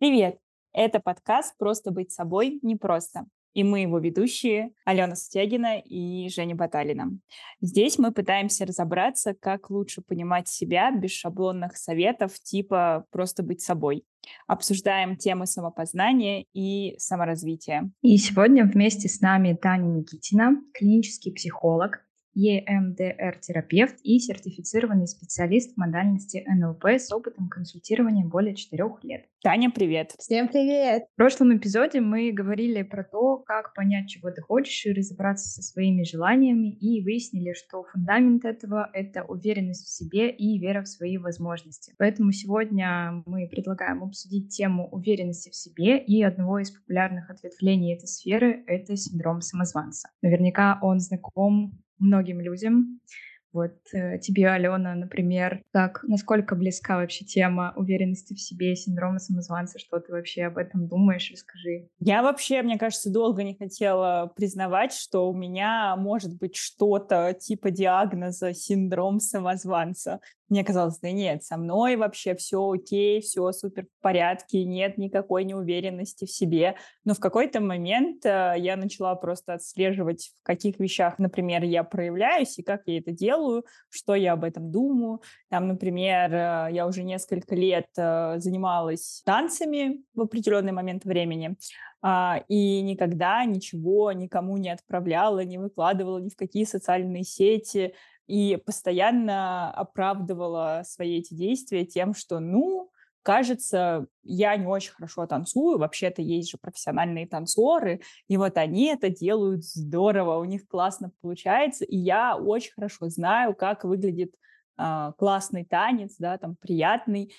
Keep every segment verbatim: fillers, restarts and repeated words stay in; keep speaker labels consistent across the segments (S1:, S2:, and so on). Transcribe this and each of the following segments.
S1: Привет! Это подкаст «Просто быть собой непросто». И мы его ведущие Алена Сутягина и Женя Баталина. Здесь мы пытаемся разобраться, как лучше понимать себя без шаблонных советов типа «просто быть собой». Обсуждаем темы самопознания и саморазвития.
S2: И сегодня вместе с нами Таня Никитина, клинический психолог, E M D R-терапевт и сертифицированный специалист в модальности Н Л П с опытом консультирования более четырех лет.
S1: Таня, привет!
S3: Всем привет!
S2: В прошлом эпизоде мы говорили про то, как понять, чего ты хочешь, и разобраться со своими желаниями, и выяснили, что фундамент этого — это уверенность в себе и вера в свои возможности. Поэтому сегодня мы предлагаем обсудить тему уверенности в себе, и одного из популярных ответвлений этой сферы — это синдром самозванца. Наверняка он знаком многим людям. Вот э, тебе, Алена, например, как, насколько близка вообще тема уверенности в себе, синдрома самозванца, что ты вообще об этом думаешь, расскажи.
S1: Я вообще, мне кажется, долго не хотела признавать, что у меня может быть что-то типа диагноза синдром самозванца. Мне казалось, да нет, со мной вообще все окей, все супер в порядке, нет никакой неуверенности в себе. Но в какой-то момент э, я начала просто отслеживать, в каких вещах, например, я проявляюсь и как я это делаю, что я об этом думаю. Там, например, э, я уже несколько лет э, занималась танцами в определенный момент времени, а, и никогда ничего никому не отправляла, не выкладывала ни в какие социальные сети, и постоянно оправдывала свои эти действия тем, что, ну, кажется, я не очень хорошо танцую, вообще-то есть же профессиональные танцоры, и вот они это делают здорово, у них классно получается, и я очень хорошо знаю, как выглядит а, классный танец, да, там, приятный,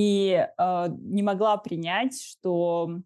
S1: и а, не могла принять, что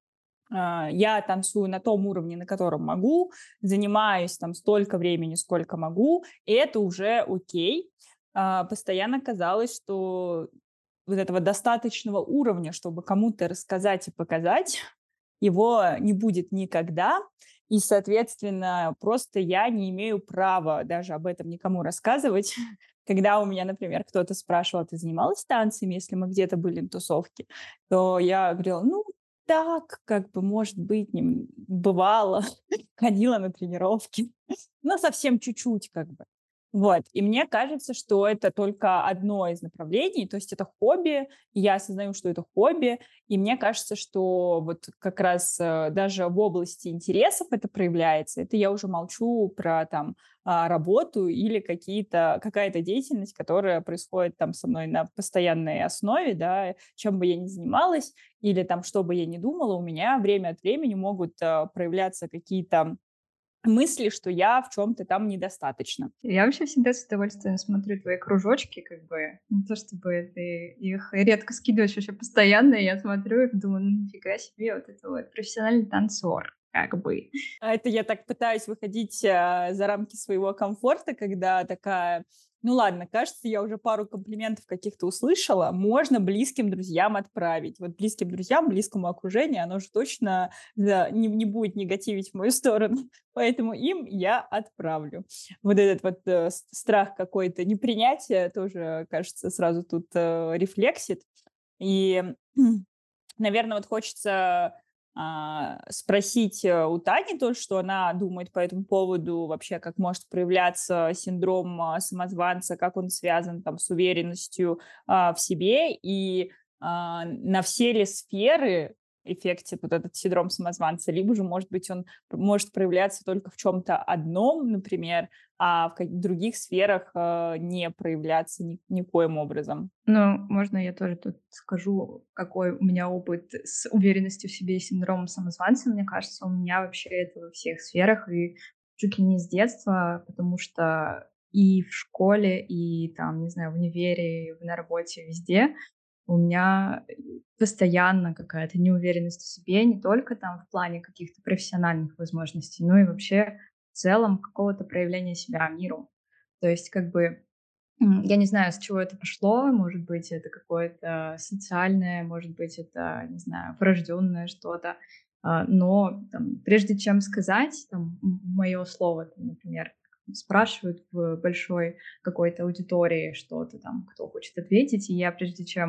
S1: а, я танцую на том уровне, на котором могу, занимаюсь там столько времени, сколько могу, и это уже окей. А, Постоянно казалось, что вот этого достаточного уровня, чтобы кому-то рассказать и показать, его не будет никогда. И, соответственно, просто я не имею права даже об этом никому рассказывать. Когда у меня, например, кто-то спрашивал: ты занималась танцами, если мы где-то были на тусовке, то я говорила: ну, так, как бы, может быть, нем- бывало, ходила на тренировки, но совсем чуть-чуть, как бы. Вот. И мне кажется, что это только одно из направлений, то есть это хобби, и я осознаю, что это хобби, и мне кажется, что вот как раз э, даже в области интересов это проявляется. Это я уже молчу про там а, работу или какие-то, какая-то деятельность, которая происходит там со мной на постоянной основе, да, чем бы я ни занималась или там что бы я ни думала, у меня время от времени могут а, проявляться какие-то мысли, что я в чем-то там недостаточно.
S2: Я вообще всегда с удовольствием смотрю твои кружочки, как бы, не то чтобы ты их редко скидываешь вообще постоянно, я смотрю их, думаю, ну нифига себе, вот это вот профессиональный танцор, как бы.
S1: А это я так пытаюсь выходить а, за рамки своего комфорта, когда такая, ну ладно, кажется, я уже пару комплиментов каких-то услышала, можно близким друзьям отправить. Вот близким друзьям, близкому окружению, оно же точно да, не, не будет негативить в мою сторону, поэтому им я отправлю. Вот этот вот э, с- страх какой-то непринятия тоже, кажется, сразу тут э, рефлексит. И наверное, вот хочется а, спросить э, у Тани то, что она думает по этому поводу, вообще, как может проявляться синдром а, самозванца, как он связан там с уверенностью а, в себе, и а, на все ли сферы эффектит вот этот синдром самозванца, либо же, может быть, он п- может проявляться только в чем-то одном, например, а в каких других сферах э, не проявляться ни- никоим образом.
S2: Ну, можно я тоже тут скажу, какой у меня опыт с уверенностью в себе и синдромом самозванца. Мне кажется, у меня вообще это во всех сферах и чуть ли не с детства, потому что и в школе, и там, не знаю, в универе, и на работе, везде у меня постоянно какая-то неуверенность в себе, не только там в плане каких-то профессиональных возможностей, но и вообще в целом какого-то проявления себя миру. То есть как бы М, я не знаю, с чего это пошло. Может быть, это какое-то социальное, может быть, это, не знаю, врожденное что-то. А, но там, прежде чем сказать там, мое слово, там, например, спрашивают в большой какой-то аудитории что-то там, кто хочет ответить, и я прежде чем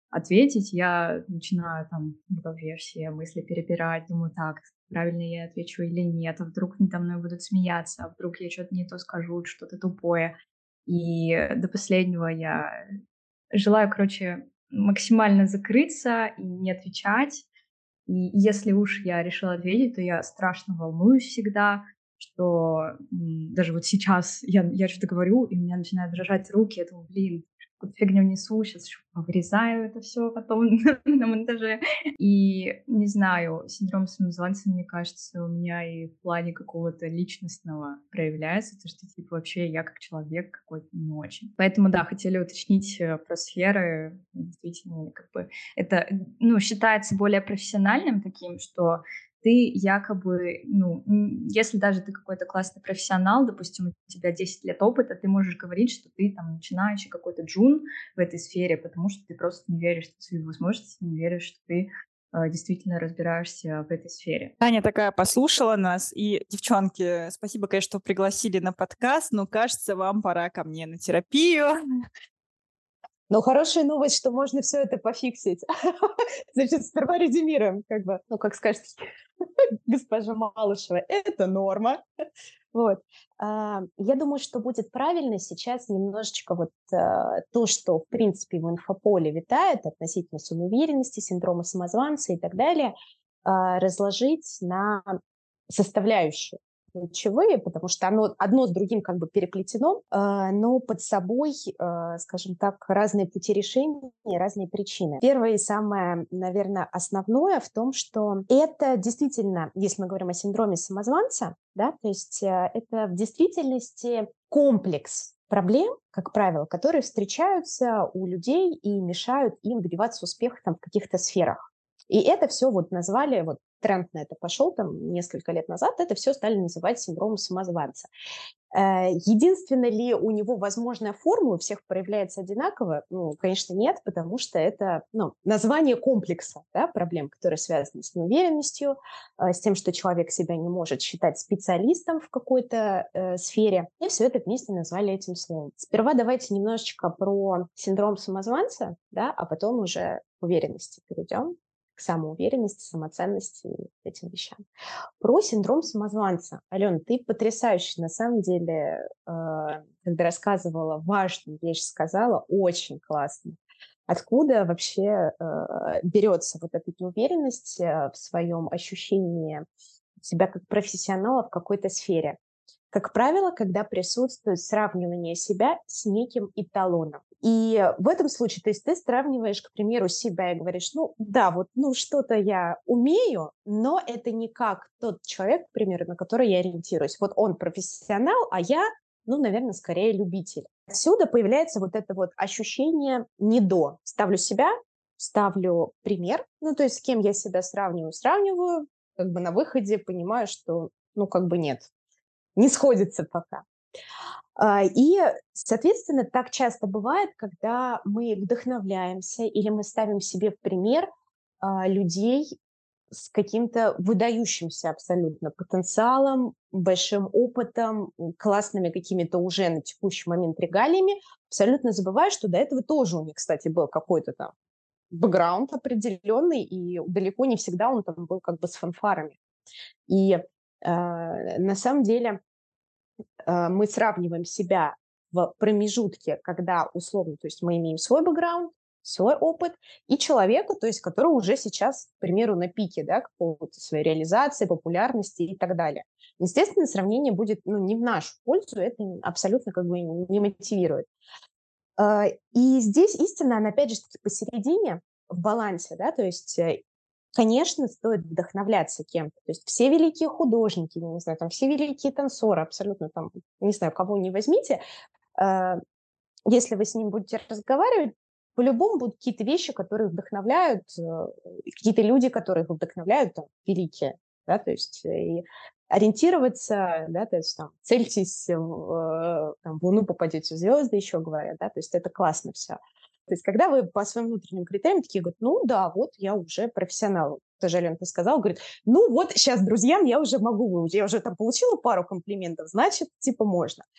S2: ответить, я начинаю там в голове все мысли перебирать, думаю, так, правильно я отвечу или нет, а вдруг надо мной будут смеяться, а вдруг я что-то не то скажу, что-то тупое. И до последнего я желаю, короче, максимально закрыться и не отвечать. И если уж я решила ответить, то я страшно волнуюсь всегда, что м, даже вот сейчас я, я что-то говорю, и у меня начинают дрожать руки. Я думаю, блин, какую-то фигню несу, сейчас еще вырезаю это все потом на монтаже. И не знаю, синдром самозванца, мне кажется, у меня и в плане какого-то личностного проявляется, то что типа вообще я как человек какой-то не очень. Поэтому да, хотели уточнить э, про сферы, действительно, как бы это, ну, считается более профессиональным таким, что ты якобы, ну, м, если даже ты какой-то классный профессионал, допустим, у тебя десять лет опыта, ты можешь говорить, что ты там начинающий какой-то джун в этой сфере, потому что ты просто не веришь в свои возможности, не веришь, что ты э, действительно разбираешься в этой сфере.
S1: Таня такая послушала нас, и, девчонки, спасибо, конечно, что пригласили на подкаст, но, кажется, вам пора ко мне на терапию.
S3: Но хорошая новость, что можно все это пофиксить. Значит, сперва резюмируем, как бы, ну, как скажет госпожа Малышева, это норма. Вот. А, Я думаю, что будет правильно сейчас немножечко вот а, то, что, в принципе, в инфополе витает относительно самоуверенности, синдрома самозванца и так далее, а, разложить на составляющие ключевые, потому что оно одно с другим как бы переплетено, а, но под собой, а, скажем так, разные пути решения, разные причины. Первое и самое, наверное, основное в том, что это действительно, если мы говорим о синдроме самозванца, да, то есть э, это в действительности комплекс проблем, как правило, которые встречаются у людей и мешают им добиваться успеха там, в каких-то сферах. И это все вот назвали, вот тренд на это пошел там несколько лет назад, это все стали называть синдромом самозванца. Э, Единственная ли у него возможная форма, у всех проявляется одинаково? Ну, конечно, нет, потому что это ну, название комплекса да, проблем, которые связаны с неуверенностью, э, с тем, что человек себя не может считать специалистом в какой-то э, сфере. И все это вместе назвали этим словом. Сперва давайте немножечко про синдром самозванца, да, а потом уже к уверенности перейдем, к самоуверенности, самоценности и этим вещам. Про синдром самозванца. Алена, ты потрясающе, на самом деле, э, когда рассказывала важную вещь, сказала, очень классно. Откуда вообще э, берется вот эта неуверенность э, в своем ощущении себя как профессионала в какой-то сфере? Как правило, когда присутствует сравнивание себя с неким эталоном. И в этом случае, то есть ты сравниваешь, к примеру, себя и говоришь, ну да, вот ну что-то я умею, но это не как тот человек, к примеру, на который я ориентируюсь. Вот он профессионал, а я, ну, наверное, скорее любитель. Отсюда появляется вот это вот ощущение не до. Ставлю себя, ставлю пример, ну, то есть с кем я себя сравниваю, сравниваю, как бы на выходе понимаю, что, ну, как бы нет, не сходится пока. А, И, соответственно, так часто бывает, когда мы вдохновляемся или мы ставим себе в пример а, людей с каким-то выдающимся абсолютно потенциалом, большим опытом, м, классными какими-то уже на текущий момент регалиями, абсолютно забывая, что до этого тоже у них, кстати, был какой-то там бэкграунд определенный, и далеко не всегда он там был как бы с фанфарами. И э, на самом деле э, мы сравниваем себя в промежутке, когда условно, то есть мы имеем свой бэкграунд, свой опыт, и человека, то есть который уже сейчас, к примеру, на пике, да, какого-то своей реализации, популярности и так далее. Естественно, сравнение будет ну, не в нашу пользу, это абсолютно как бы не мотивирует. Э, И здесь истина, она опять же таки посередине, в балансе, да, то есть э, конечно, стоит вдохновляться кем-то. То есть все великие художники, я не знаю, там все великие танцоры, абсолютно там, не знаю, кого не возьмите, э, если вы с ним будете разговаривать, по-любому будут какие-то вещи, которые вдохновляют, э, какие-то люди, которые их вдохновляют, там, великие, да, то есть э, и ориентироваться, да, то есть там, цельтесь, в, э, там, в Луну попадете, в звезды, еще говорят, да, то есть это классно все. То есть когда вы по своим внутренним критериям такие говорят, ну да, вот я уже профессионал, тоже Алена, ты сказала, говорит, ну вот сейчас друзьям я уже могу выучить, я уже там получила пару комплиментов, значит, типа можно.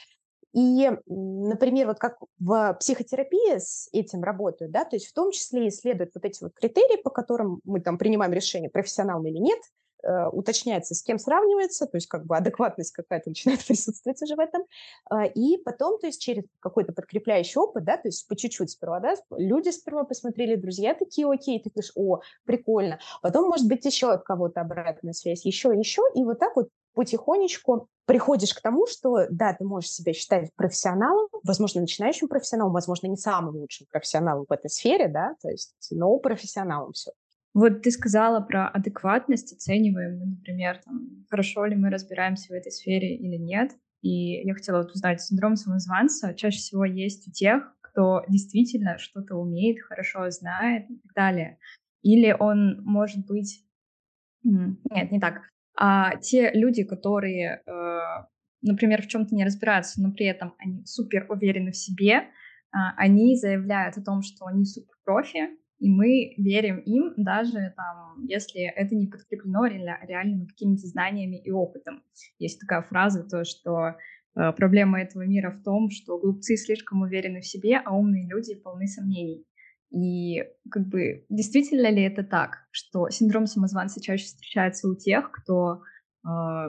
S3: И, например, вот как в психотерапии с этим работают, да, то есть в том числе исследуют вот эти вот критерии, по которым мы там принимаем решение, профессионал или нет, э, уточняется, с кем сравнивается, то есть как бы адекватность какая-то начинает присутствовать уже в этом, э, и потом, то есть через какой-то подкрепляющий опыт, да, то есть по чуть-чуть сперва, да, люди сперва посмотрели, друзья такие, окей, ты говоришь, о, прикольно, потом, может быть, еще от кого-то обратная связь, еще, еще, и вот так вот потихонечку приходишь к тому, что, да, ты можешь себя считать профессионалом, возможно, начинающим профессионалом, возможно, не самым лучшим профессионалом в этой сфере, да, то есть, но профессионалом все.
S2: Вот ты сказала про адекватность, оцениваем мы, например, там, хорошо ли мы разбираемся в этой сфере или нет. И я хотела вот узнать, синдром самозванца чаще всего есть у тех, кто действительно что-то умеет, хорошо знает и так далее. Или он может быть... Нет, не так. А те люди, которые, э, например, в чем-то не разбираются, но при этом они супер уверены в себе, а, они заявляют о том, что они супер профи, и мы верим им, даже там, если это не подкреплено реально, реальными какими-то знаниями и опытом. Есть такая фраза, то, что э, проблема этого мира в том, что глупцы слишком уверены в себе, а умные люди полны сомнений. И как бы действительно ли это так, что синдром самозванца чаще встречается у тех, кто э,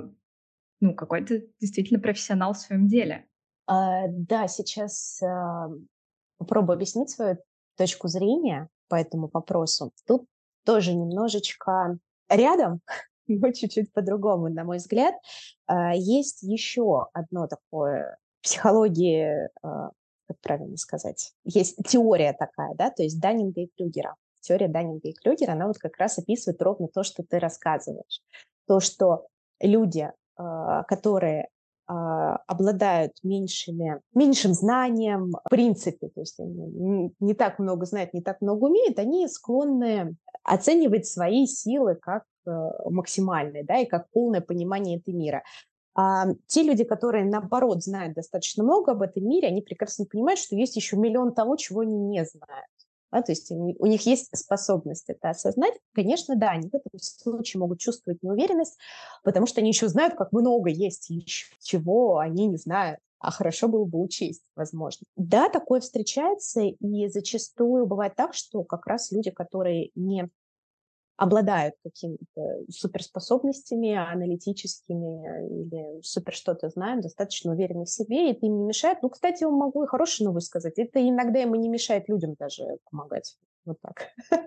S2: ну, какой-то действительно профессионал в своем деле?
S3: А, да, сейчас а, попробую объяснить свою точку зрения по этому вопросу. Тут тоже немножечко рядом, но чуть-чуть по-другому, на мой взгляд. А, есть еще одно такое в психологии, а, как правильно сказать, есть теория такая, да, то есть Даннинга и Крюгера. Теория Даннинга и Крюгера, она вот как раз описывает ровно то, что ты рассказываешь. То, что люди, а, которые а, обладают меньшими, меньшим знанием в принципе, то есть они не, не так много знают, не так много умеют, они склонны оценивать свои силы как э, максимальные, да, и как полное понимание этого мира. А те люди, которые, наоборот, знают достаточно много об этом мире, они прекрасно понимают, что есть еще миллион того, чего они не знают. Да, то есть они, у них есть способность это осознать. Конечно, да, они в этом случае могут чувствовать неуверенность, потому что они еще знают, как много есть еще, чего они не знают. А хорошо было бы учесть, возможно. Да, такое встречается, и зачастую бывает так, что как раз люди, которые не обладают какими-то суперспособностями аналитическими или супер что-то знают, достаточно уверены в себе, и это им не мешает. Ну, кстати, я могу и хорошую новость сказать. Это иногда им и не мешает людям даже помогать. Вот так.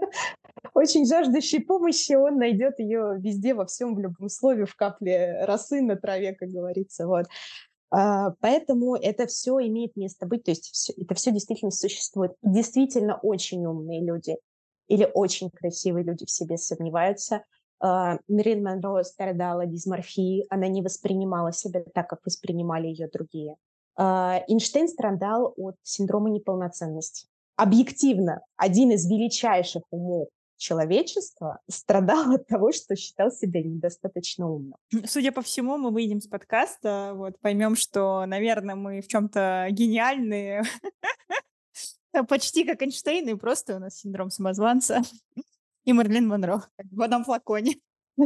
S3: Очень жаждущий помощи, он найдет ее везде, во всем, в любом слове, в капле росы на траве, как говорится. Вот. А, поэтому это все имеет место быть, то есть все, это все действительно существует. Действительно очень умные люди или очень красивые люди в себе сомневаются. А, Мэрилин Монро страдала дисморфией, она не воспринимала себя так, как воспринимали ее другие. А, Эйнштейн страдал от синдрома неполноценности. Объективно, один из величайших умов человечества страдал от того, что считал себя недостаточно умным.
S1: Судя по всему, мы выйдем с подкаста, вот, поймем, что, наверное, мы в чем-то гениальные, почти как Эйнштейн, и просто у нас синдром самозванца и Мэрилин Монро в одном флаконе.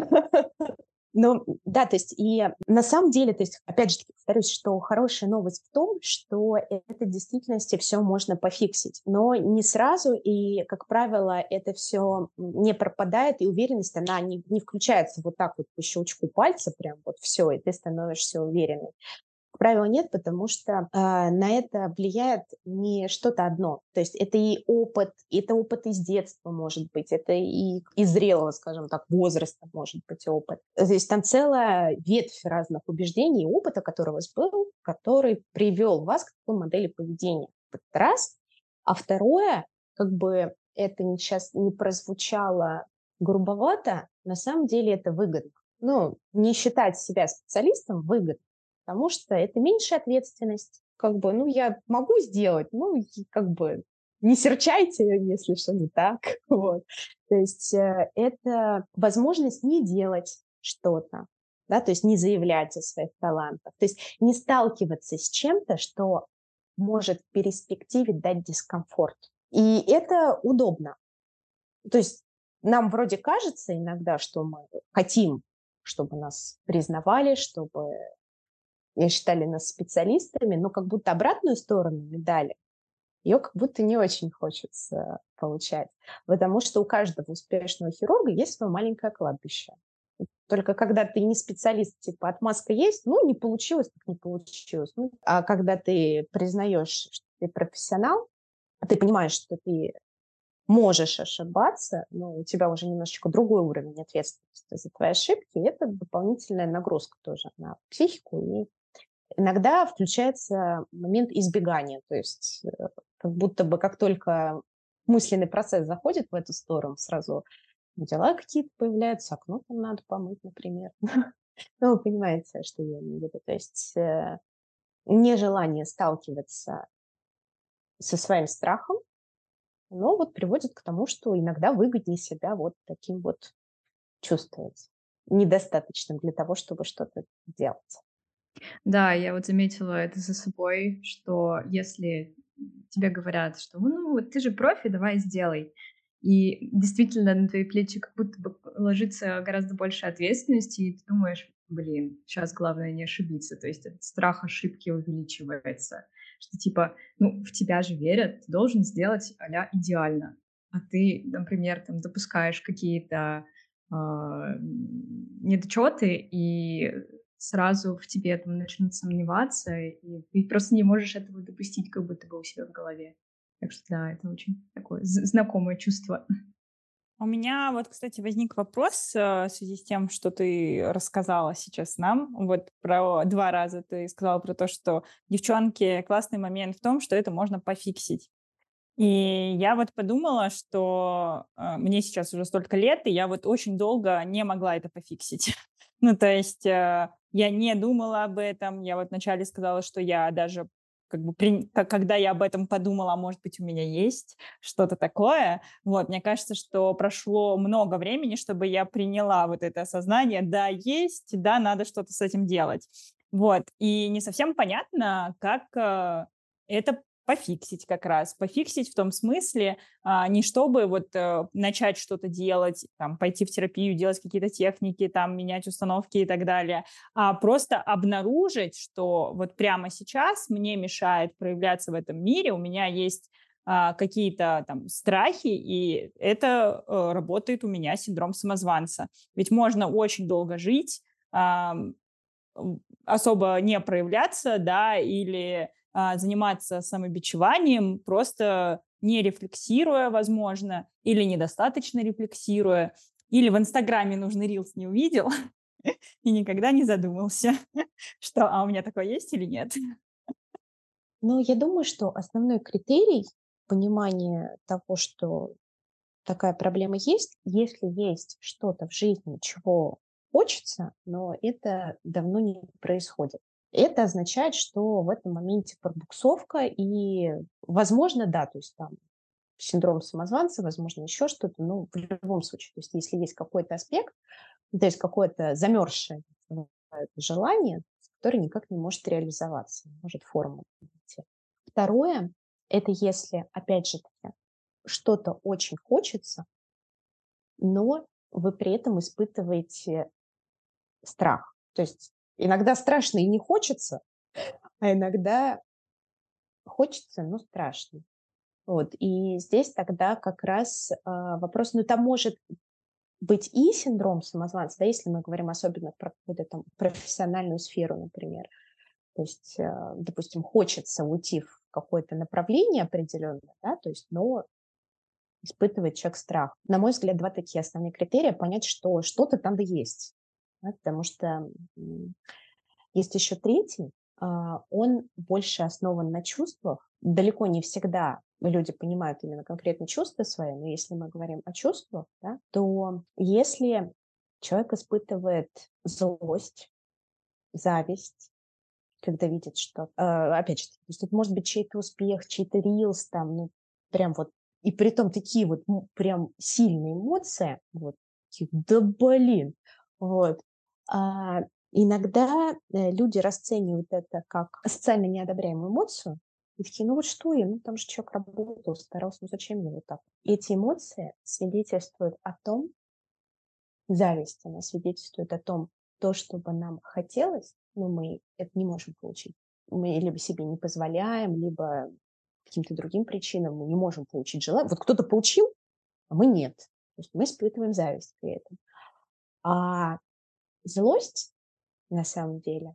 S3: Ну, да, то есть и на самом деле, то есть, опять же, повторюсь, что хорошая новость в том, что это в действительности все можно пофиксить, но не сразу, и, как правило, это все не пропадает, и уверенность, она не, не включается вот так вот по щелчку пальца, прям вот все, и ты становишься уверенной. Как правило, нет, потому что э, на это влияет не что-то одно. То есть это и опыт, это опыт из детства, может быть, это и из зрелого, скажем так, возраста, может быть, опыт. То есть там целая ветвь разных убеждений и опыта, который у вас был, который привел вас к такой модели поведения. Это раз. А второе, как бы это сейчас не прозвучало грубовато, на самом деле это выгодно. Ну, не считать себя специалистом выгодно. Потому что это меньшая ответственность. Как бы, ну, я могу сделать, ну, как бы, не серчайте, если что не так. Вот. То есть э, это возможность не делать что-то, да, то есть не заявлять о своих талантах, то есть не сталкиваться с чем-то, что может в перспективе дать дискомфорт. И это удобно. То есть нам вроде кажется иногда, что мы хотим, чтобы нас признавали, чтобы и считали нас специалистами, но как будто обратную сторону медали ее как будто не очень хочется получать, потому что у каждого успешного хирурга есть свое маленькое кладбище. Только когда ты не специалист, типа отмазка есть, ну, не получилось, так не получилось. Ну, а когда ты признаешь, что ты профессионал, ты понимаешь, что ты можешь ошибаться, но у тебя уже немножечко другой уровень ответственности за твои ошибки, и это дополнительная нагрузка тоже на психику. И иногда включается момент избегания, то есть э, как будто бы как только мысленный процесс заходит в эту сторону, сразу дела какие-то появляются, окно там надо помыть, например. Ну, вы понимаете, что я имею в виду. То есть э, нежелание сталкиваться со своим страхом, но вот приводит к тому, что иногда выгоднее себя вот таким вот чувствовать, недостаточным для того, чтобы что-то делать.
S2: Да, я вот заметила это за собой, что если тебе говорят, что ну вот ты же профи, давай сделай. И действительно на твои плечи как будто бы ложится гораздо больше ответственности, и ты думаешь, блин, сейчас главное не ошибиться. То есть этот страх ошибки увеличивается. Что типа, ну, в тебя же верят, ты должен сделать а-ля идеально. А ты, например, там допускаешь какие-то а, недочеты, и сразу в тебе там начнут сомневаться, и ты просто не можешь этого допустить, как будто бы у себя в голове. Так что да, это очень такое з- знакомое чувство.
S1: У меня вот, кстати, возник вопрос э, в связи с тем, что ты рассказала сейчас нам. Вот про два раза ты сказала про то, что девчонки, классный момент в том, что это можно пофиксить. И я вот подумала, что э, мне сейчас уже столько лет, и я вот очень долго не могла это пофиксить. Ну, то есть э, я не думала об этом. Я вот вначале сказала, что я даже как бы, при- как- когда я об этом подумала, может быть, у меня есть что-то такое. Вот, мне кажется, что прошло много времени, чтобы я приняла вот это осознание. Да, есть, да, надо что-то с этим делать. Вот, и не совсем понятно, как э, это пофиксить как раз. Пофиксить в том смысле, а, не чтобы вот э, начать что-то делать, там, пойти в терапию, делать какие-то техники, там, менять установки и так далее, а просто обнаружить, что вот прямо сейчас мне мешает проявляться в этом мире, у меня есть а, какие-то там страхи, и это э, работает у меня синдром самозванца. Ведь можно очень долго жить, а, особо не проявляться, да, или а, заниматься самобичеванием, просто не рефлексируя, возможно, или недостаточно рефлексируя, или в Инстаграме нужный рилс не увидел и никогда не задумался, что а у меня такое есть или нет.
S3: Но я думаю, что основной критерий понимания того, что такая проблема есть, если есть что-то в жизни, чего хочется, но это давно не происходит. Это означает, что в этом моменте пробуксовка и, возможно, да, то есть там синдром самозванца, возможно, еще что-то, но в любом случае, то есть если есть какой-то аспект, то есть какое-то замерзшее желание, которое никак не может реализоваться, не может форму найти. Второе, это если, опять же таки, что-то очень хочется, но вы при этом испытываете страх. То есть иногда страшно и не хочется, а иногда хочется, но страшно. Вот. И здесь тогда как раз а, вопрос, ну там может быть и синдром самозванца, да, если мы говорим особенно про какую-то там профессиональную сферу, например. То есть, а, допустим, хочется уйти в какое-то направление определенное, да, то есть, но испытывает человек страх. На мой взгляд, два такие основные критерия понять, что что-то там да есть. Да, потому что м, есть еще третий, а, он больше основан на чувствах. Далеко не всегда люди понимают именно конкретно чувства свои, но если мы говорим о чувствах, да, то если человек испытывает злость, зависть, когда видит что, а, опять же, то есть это может быть чей-то успех, чей-то рилс, там, ну, прям вот, и при том такие вот ну, прям сильные эмоции, вот, такие, да блин, вот. А, иногда э, люди расценивают это как социально неодобряемую эмоцию, и такие, ну вот что я, ну там же человек работал, старался, ну зачем мне вот так? Эти эмоции свидетельствуют о том, зависть, она свидетельствует о том, то, что бы нам хотелось, но мы это не можем получить. Мы либо себе не позволяем, либо по каким-то другим причинам мы не можем получить желание. Вот кто-то получил, а мы нет. То есть мы испытываем зависть при этом. А злость, на самом деле,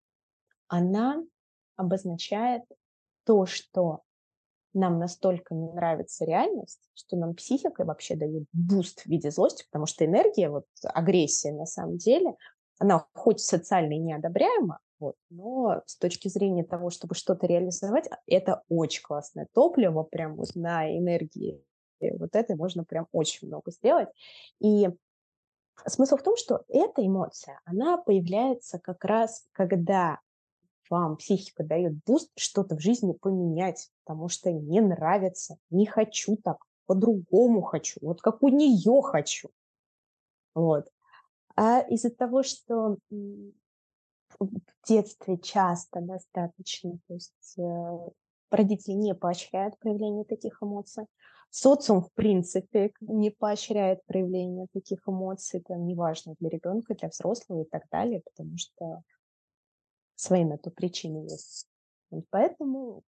S3: она обозначает то, что нам настолько не нравится реальность, что нам психика вообще дает буст в виде злости, потому что энергия, вот агрессия на самом деле, она хоть социально и неодобряема, вот, но с точки зрения того, чтобы что-то реализовать, это очень классное топливо, прям вот на энергии вот этой можно прям очень много сделать. И смысл в том, что эта эмоция, она появляется как раз, когда вам психика дает буст что-то в жизни поменять, потому что не нравится, не хочу так, по-другому хочу, вот как у нее хочу. Вот. А из-за того, что м, в детстве часто достаточно, то есть э, родители не поощряют проявление таких эмоций, социум, в принципе, не поощряет проявление таких эмоций, это неважно для ребенка, для взрослого и так далее, потому что свои на то причины есть. Вот поэтому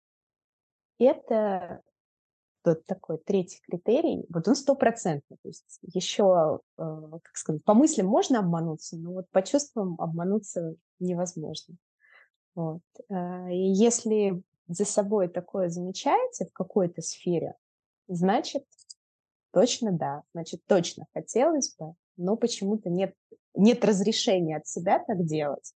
S3: это тот такой третий критерий, вот он стопроцентный. То есть еще, э, как сказать, по мыслям можно обмануться, но вот по чувствам обмануться невозможно. Вот. Э, И если за собой такое замечаете в какой-то сфере, значит, точно да, значит, точно хотелось бы, но почему-то нет, нет разрешения от себя так делать,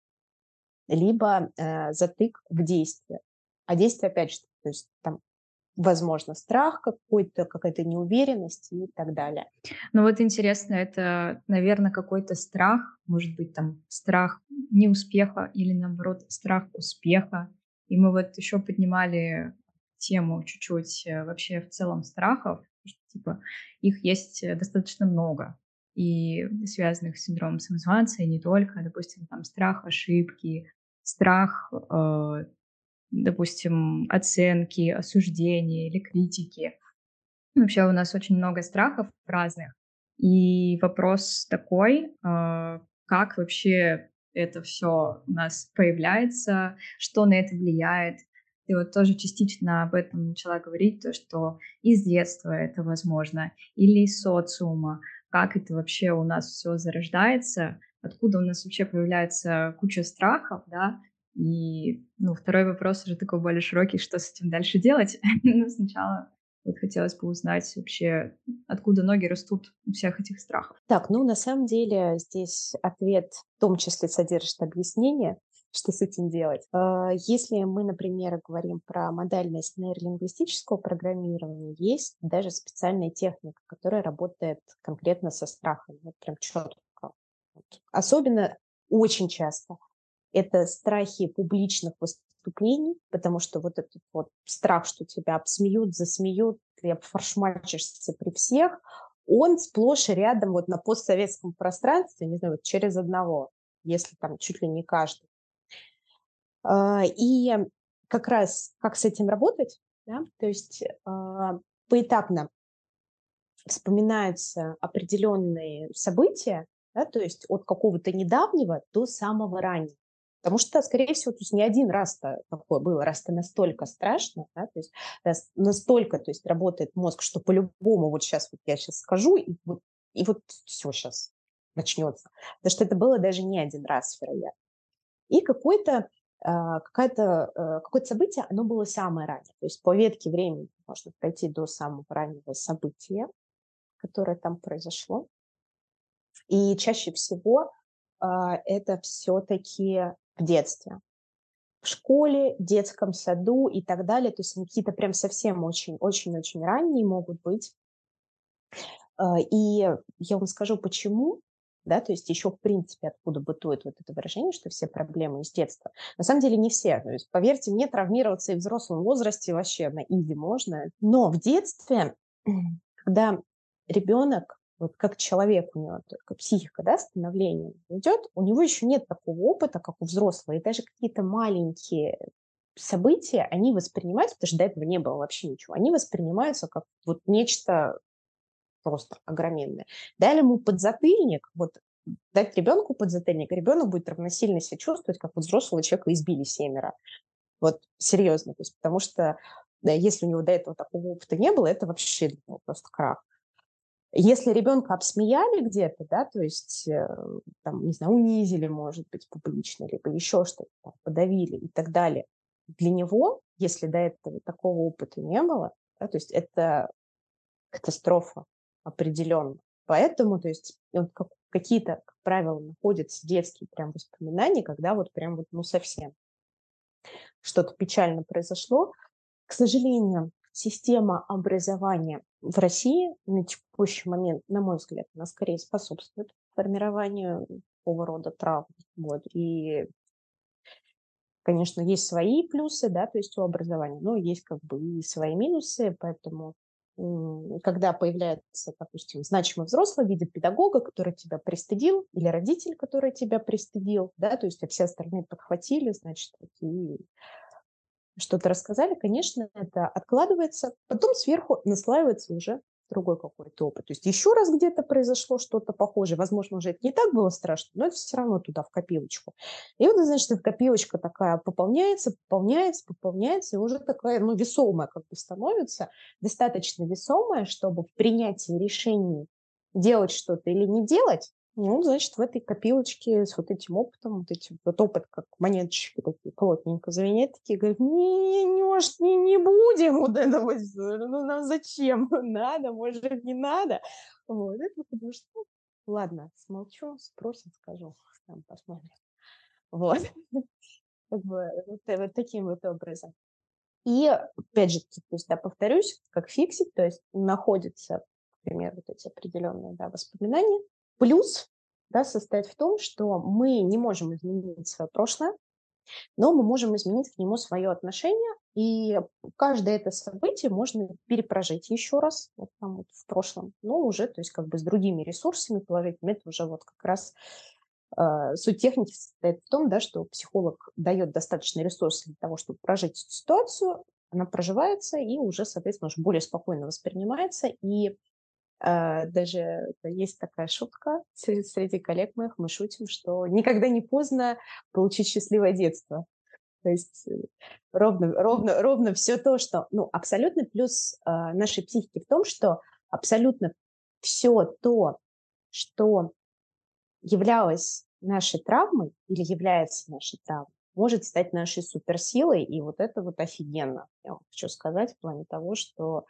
S3: либо э, затык в действии. А действие, опять же, то есть там, возможно, страх какой-то, какая-то неуверенность и так далее.
S2: Ну вот интересно, это, наверное, какой-то страх, может быть, там страх неуспеха или, наоборот, страх успеха. И мы вот еще поднимали тему чуть-чуть э, вообще в целом страхов, что, типа, их есть э, достаточно много, и связанных с синдромом самозванца, и не только, допустим, там страх ошибки, страх, э, допустим, оценки, осуждения или критики. Вообще у нас очень много страхов разных. И вопрос такой, а, как вообще это все у нас появляется, что на это влияет. Ты вот тоже частично об этом начала говорить, то, что из детства это возможно, или из социума, как это вообще у нас все зарождается, откуда у нас вообще появляется куча страхов, да, и, ну, второй вопрос уже такой более широкий, что с этим дальше делать. Ну, сначала вот хотелось бы узнать вообще, откуда ноги растут у всех этих страхов.
S3: Так, ну на самом деле здесь ответ в том числе содержит объяснение, что с этим делать. А, Если мы, например, говорим про модальность нейролингвистического программирования, есть даже специальная техника, которая работает конкретно со страхом, вот прям четко. Вот. Особенно очень часто это страхи публичных выступлений, потому что вот этот вот страх, что тебя обсмеют, засмеют, ты обфаршмачишься при всех, он сплошь и рядом вот на постсоветском пространстве, не знаю, вот через одного, если там чуть ли не каждый. А, И как раз как с этим работать, да, то есть а, поэтапно вспоминаются определенные события, да, то есть от какого-то недавнего до самого раннего. Потому что, скорее всего, то есть не один раз-то такое было, раз-то настолько страшно, да, то есть раз настолько, то есть работает мозг, что по-любому вот сейчас вот я сейчас скажу, и вот, и вот все сейчас начнется. Потому что это было даже не один раз, вероятно. И какое-то а, какое-то, а, какое-то событие, оно было самое раннее. То есть по ветке времени можно пройти до самого раннего события, которое там произошло. И чаще всего а, это все-таки в детстве. В школе, детском саду и так далее. То есть они какие-то прям совсем очень-очень-очень ранние могут быть. А, И я вам скажу, почему. Да, то есть еще в принципе откуда бытует вот это выражение, что все проблемы из детства. На самом деле не все. То есть, поверьте мне, травмироваться и в взрослом возрасте вообще на изи можно. Но в детстве, когда ребенок, вот как человек, у него только психика, да, становление идет, у него еще нет такого опыта, как у взрослого, и даже какие-то маленькие события, они воспринимаются, потому что до этого не было вообще ничего, они воспринимаются как вот нечто просто огроменное. Дали ему подзатыльник, вот дать ребенку подзатыльник, ребенок будет равносильно себя чувствовать, как вот взрослого человека избили семеро. Вот серьезно. То есть, потому что да, если у него до этого такого опыта не было, это вообще для него просто крах. Если ребенка обсмеяли где-то, да, то есть, э, там, не знаю, унизили, может быть, публично, либо еще что-то, там, подавили и так далее, для него, если до этого такого опыта не было, да, то есть это катастрофа определенно. Поэтому, то есть, вот как, какие-то, как правило, находятся детские прям воспоминания, когда вот прям вот, ну, совсем что-то печально произошло. К сожалению, система образования в России на текущий момент, на мой взгляд, она скорее способствует формированию такого рода травм. Вот. И, конечно, есть свои плюсы, да, то есть у образования, но есть как бы и свои минусы, поэтому когда появляется, допустим, значимый взрослый в виде педагога, который тебя пристыдил, или родитель, который тебя пристыдил, да, то есть а все остальные подхватили, значит, и что-то рассказали, конечно, это откладывается, потом сверху наслаивается уже другой какой-то опыт. То есть еще раз где-то произошло что-то похожее. Возможно, уже это не так было страшно, но это все равно туда, в копилочку. И вот, значит, эта копилочка такая пополняется, пополняется, пополняется, и уже такая, ну, весомая как бы становится, достаточно весомая, чтобы в принятии решений делать что-то или не делать, ну, значит, в этой копилочке с вот этим опытом, вот этим вот опыт, как монеточки такие плотненько звенят, такие говорят, не, не, может, не, не будем вот этого, ну, нам зачем? Надо, может, не надо. Вот, это потому что, ну, ладно, смолчу, спросим, скажу, там посмотрим. Вот, как бы вот, вот таким вот образом. И, опять же, то есть, да, повторюсь, как фиксить, то есть находятся, например, вот эти определенные, да, воспоминания. Плюс, да, состоит в том, что мы не можем изменить свое прошлое, но мы можем изменить к нему свое отношение, и каждое это событие можно перепрожить еще раз, вот там вот в прошлом, но уже, то есть как бы с другими ресурсами положительными. Это уже вот как раз э, суть техники состоит в том, да, что психолог дает достаточно ресурсов для того, чтобы прожить эту ситуацию, она проживается и уже, соответственно, уже более спокойно воспринимается, и Uh, даже есть такая шутка среди, среди коллег моих, мы шутим, что никогда не поздно получить счастливое детство. То есть ровно, ровно, ровно все то, что... Ну, абсолютный плюс uh, нашей психики в том, что абсолютно все то, что являлось нашей травмой или является нашей травмой, может стать нашей суперсилой, и вот это вот офигенно. Я вам хочу сказать в плане того, что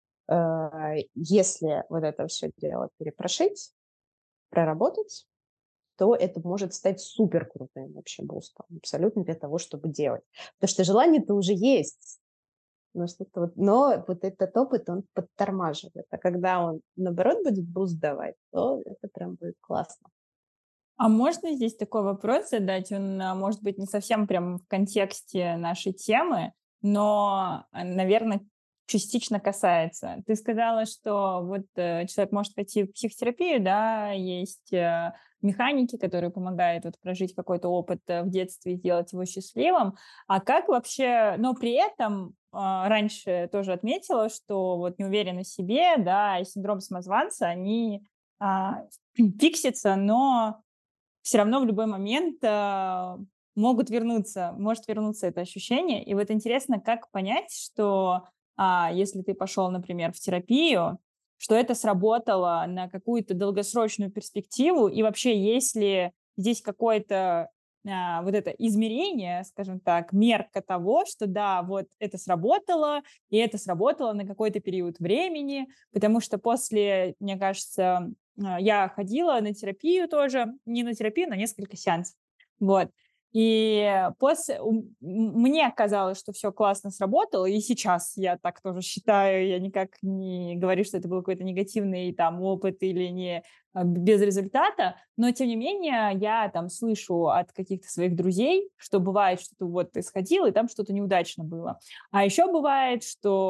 S3: если вот это все дело перепрошить, проработать, то это может стать супер крутым вообще бустом, абсолютно для того, чтобы делать. Потому что желание-то уже есть, но, что-то вот, но вот этот опыт, он подтормаживает. А когда он, наоборот, будет буст давать, то это прям будет классно.
S1: А можно здесь такой вопрос задать? Он, может быть, не совсем прям в контексте нашей темы, но, наверное, частично касается. Ты сказала, что вот э, человек может пойти в психотерапию, да, есть э, механики, которые помогают вот прожить какой-то опыт в детстве и сделать его счастливым. А как вообще, но при этом э, раньше тоже отметила, что вот неуверенность в себе, да, и синдром самозванца, они э, фиксятся, но все равно в любой момент э, могут вернуться, может вернуться это ощущение. И вот интересно, как понять, что а, если ты пошел, например, в терапию, что это сработало на какую-то долгосрочную перспективу, и вообще есть ли здесь какое-то а, вот это измерение, скажем так, мерка того, что да, вот это сработало, и это сработало на какой-то период времени, потому что после, мне кажется, я ходила на терапию тоже, не на терапию, на несколько сеансов, вот. И после мне казалось, что все классно сработало, и сейчас я так тоже считаю, я никак не говорю, что это был какой-то негативный там опыт или не без результата, но тем не менее я там слышу от каких-то своих друзей, что бывает, что ты вот ты сходил, и там что-то неудачно было. А еще бывает, что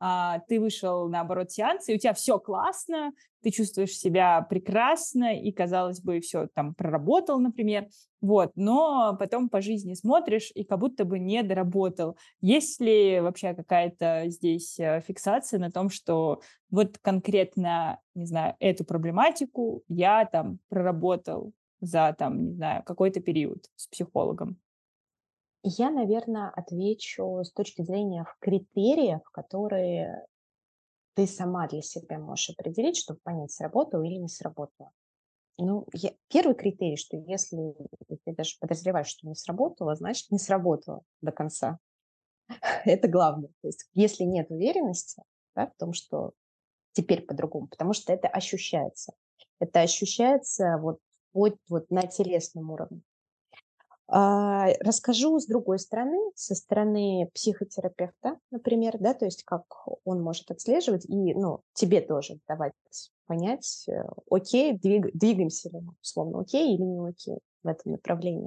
S1: а, ты вышел, наоборот, сеанс, и у тебя все классно, ты чувствуешь себя прекрасно, и, казалось бы, все там проработал, например, вот, но потом по жизни смотришь, и как будто бы не доработал. Есть ли вообще какая-то здесь э, фиксация на том, что вот конкретно, не знаю, эту проблематику я там проработал за, там, не знаю, какой-то период с психологом?
S3: Я, наверное, отвечу с точки зрения в критериев, которые ты сама для себя можешь определить, чтобы понять, сработало или не сработало. Ну, я- первый критерий, что если ты даже подозреваешь, что не сработало, значит, не сработало до конца. Это главное. То есть если нет уверенности, да, в том, что теперь по-другому, потому что это ощущается. Это ощущается вот, вот, вот на телесном уровне. А, расскажу с другой стороны, со стороны психотерапевта, например, да, то есть как он может отслеживать и, ну, тебе тоже давать понять, э, окей, двиг- двигаемся ли мы, условно, окей или не окей в этом направлении.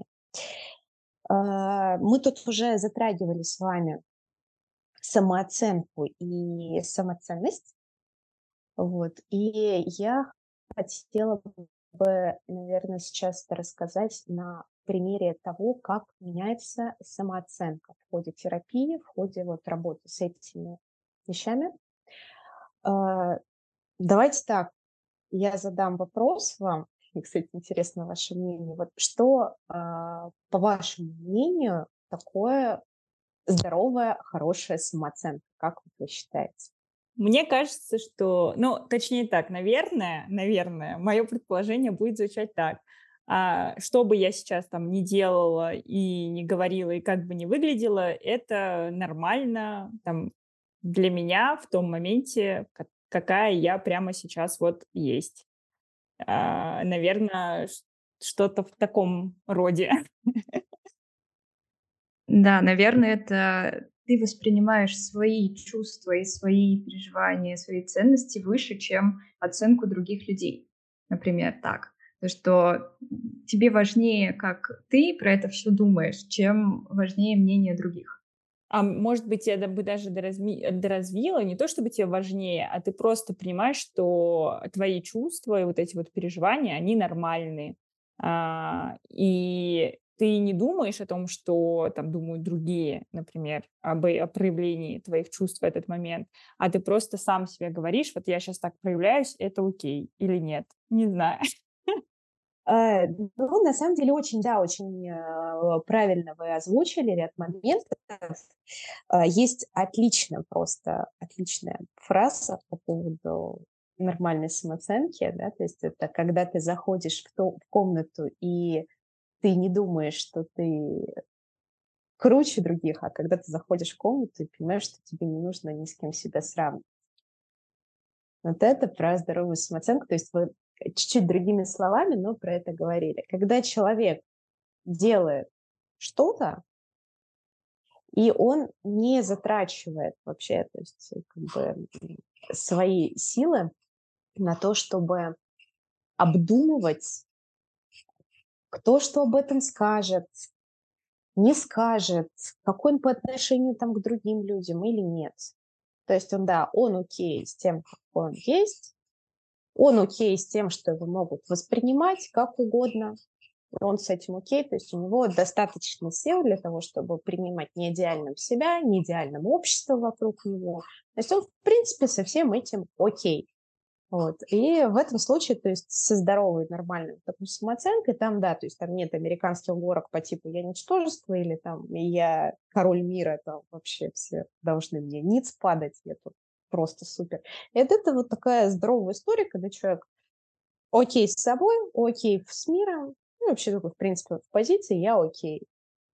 S3: А, мы тут уже затрагивали с вами самооценку и самоценность, вот, и я хотела бы, наверное, сейчас это рассказать на примере того, как меняется самооценка в ходе терапии, в ходе вот работы с этими вещами. А, Давайте так, я задам вопрос вам, и, кстати, интересно ваше мнение. Вот что, а, по вашему мнению, такое здоровая, хорошая самооценка? Как вот вы считаете?
S1: Мне кажется, что, ну, точнее так, наверное, наверное, мое предположение будет звучать так. А, что бы я сейчас там не делала и не говорила, и как бы не выглядела, это нормально там для меня в том моменте, ка- какая я прямо сейчас вот есть. А, наверное, ш- что-то в таком роде.
S2: Да, наверное, это ты воспринимаешь свои чувства и свои переживания, свои ценности выше, чем оценку других людей. Например, так. То, что тебе важнее, как ты про это все думаешь, чем важнее мнение других.
S1: А может быть, я да бы даже доразми доразвила, не то чтобы тебе важнее, а ты просто понимаешь, что твои чувства и вот эти вот переживания, они нормальные. А, и ты не думаешь о том, что там думают другие, например, об о проявлении твоих чувств в этот момент, а ты просто сам себе говоришь: "Вот я сейчас так проявляюсь, это окей или нет?" Не знаю.
S3: Э, ну, на самом деле, очень, да, очень э, правильно вы озвучили ряд моментов. Э, Есть отлично, просто отличная фраза по поводу нормальной самооценки, да, то есть это когда ты заходишь в, ту, в комнату и ты не думаешь, что ты круче других, а когда ты заходишь в комнату и понимаешь, что тебе не нужно ни с кем себя сравнивать. Вот это про здоровую самооценку, то есть вы чуть-чуть другими словами, но про это говорили. Когда человек делает что-то, и он не затрачивает вообще, то есть э, как бы свои силы на то, чтобы обдумывать, кто что об этом скажет, не скажет, какой он по отношению там к другим людям или нет. То есть он, да, он окей с тем, какой он есть, он окей с тем, что его могут воспринимать как угодно, он с этим окей, то есть у него достаточно сил для того, чтобы принимать не идеальным себя, не идеальным общество вокруг него. То есть он, в принципе, со всем этим окей. Вот. И в этом случае, то есть со здоровой, нормальной такой самооценкой, там, да, то есть там нет американских горок по типу «я ничтожество» или там «я король мира», там вообще все должны мне ниц падать, я тут просто супер. И это, это вот такая здоровая история, когда человек окей с собой, окей с миром, ну, вообще такой, в принципе, в позиции «я окей».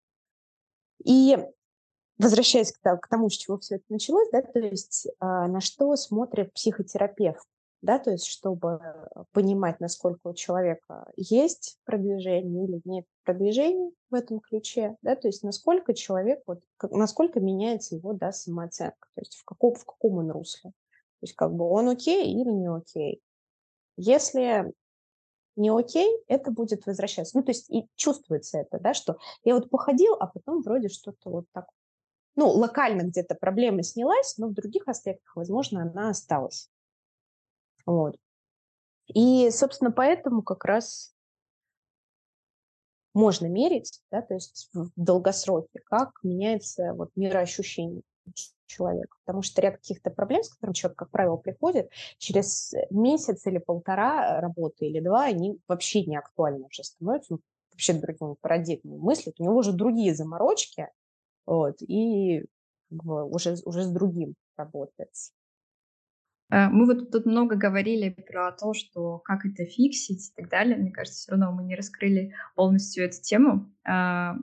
S3: И возвращаясь к, та- к тому, с чего все это началось, да, то есть а, на что смотрит психотерапевт, да, то есть чтобы понимать, насколько у человека есть продвижение или нет продвижения в этом ключе, да, то есть насколько человек, вот, как- насколько меняется его, да, самооценка, то есть в каком, в каком он русле. То есть как бы он окей или не окей. Если не окей, это будет возвращаться. Ну, то есть и чувствуется это, да, что я вот походил, а потом вроде что-то вот так ну, локально где-то проблема снялась, но в других аспектах, возможно, она осталась. Вот. И, собственно, поэтому как раз можно мерить, да, то есть в долгосроке, как меняется вот мироощущение человека. Потому что ряд каких-то проблем, с которыми человек, как правило, приходит, через месяц или полтора работы или два, они вообще не актуальны уже становятся, он вообще другими парадигмами мыслит, у него уже другие заморочки, вот, и как бы уже, уже с другим работает.
S2: Э, Мы вот тут много говорили про то, что как это фиксить и так далее. Мне кажется, все равно мы не раскрыли полностью эту тему. А,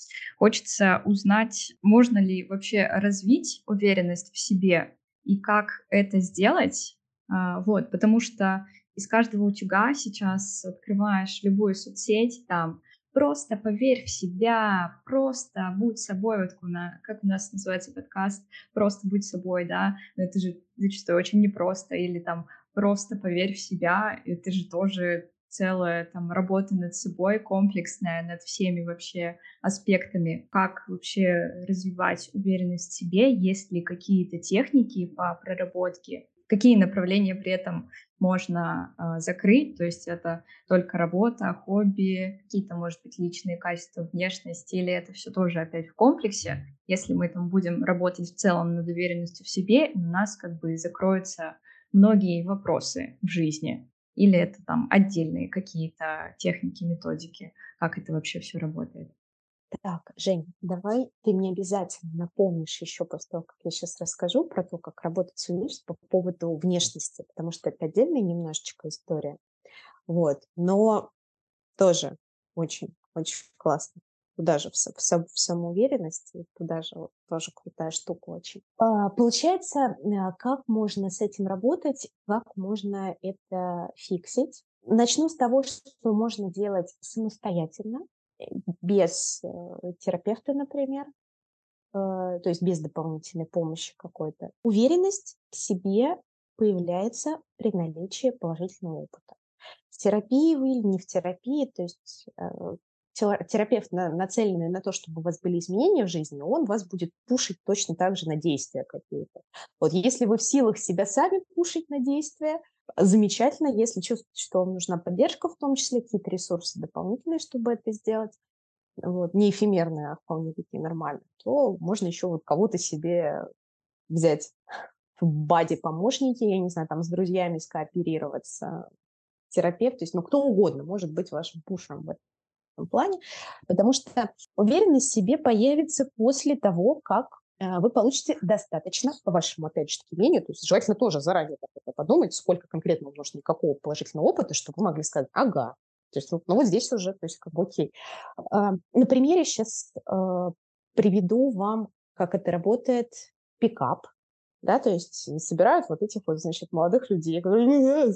S2: Хочется узнать, можно ли вообще развить уверенность в себе и как это сделать. А, Вот, потому что из каждого утюга сейчас открываешь любую соцсеть, там просто поверь в себя, просто будь собой, вот как у на- как у нас называется подкаст, просто будь собой, да, но это же зачастую очень непросто, или там просто поверь в себя, это же тоже целая там работа над собой, комплексная, над всеми вообще аспектами, как вообще развивать уверенность в себе, есть ли какие-то техники по проработке, какие направления при этом можно э, закрыть, то есть это только работа, хобби, какие-то, может быть, личные качества, внешность, или это все тоже опять в комплексе. Если мы там будем работать в целом над уверенностью в себе, у нас как бы закроются многие вопросы в жизни. Или это там отдельные какие-то техники, методики, как это вообще все работает.
S3: Так, Жень, давай ты мне обязательно напомнишь еще после того, как я сейчас расскажу про то, как работать с уверенностью по поводу внешности, потому что это отдельная немножечко история. Вот, но тоже очень, очень классно. Туда же в, са- в, са- в самоуверенности, туда же вот тоже крутая штука очень. А, получается, а, как можно с этим работать, как можно это фиксить? Начну с того, что можно делать самостоятельно, э, без э, терапевта, например, э, то есть без дополнительной помощи какой-то. Уверенность в себе появляется при наличии положительного опыта. В терапии вы или не в терапии, то есть э, тела- терапевт, на- нацеленный на то, чтобы у вас были изменения в жизни, он вас будет пушить точно так же на действия какие-то. Вот если вы в силах себя сами пушить на действия, замечательно. Если чувствуете, что вам нужна поддержка, в том числе какие-то ресурсы дополнительные, чтобы это сделать, вот, не эфемерные, а вполне такие нормальные, то можно еще вот кого-то себе взять в бади-помощники, я не знаю, там с друзьями скооперироваться, терапевт, то есть, ну, кто угодно может быть вашим пушем в этом плане, потому что уверенность в себе появится после того, как э, вы получите достаточно, по вашему, опять же, таки, мнению, то есть желательно тоже заранее так это подумать, сколько конкретно вам нужно никакого положительного опыта, чтобы вы могли сказать, ага, то есть, ну, ну вот здесь уже, то есть, как бы окей. А, на примере сейчас а, приведу вам, как это работает, пикап, да, то есть собирают вот этих вот, значит, молодых людей, которые,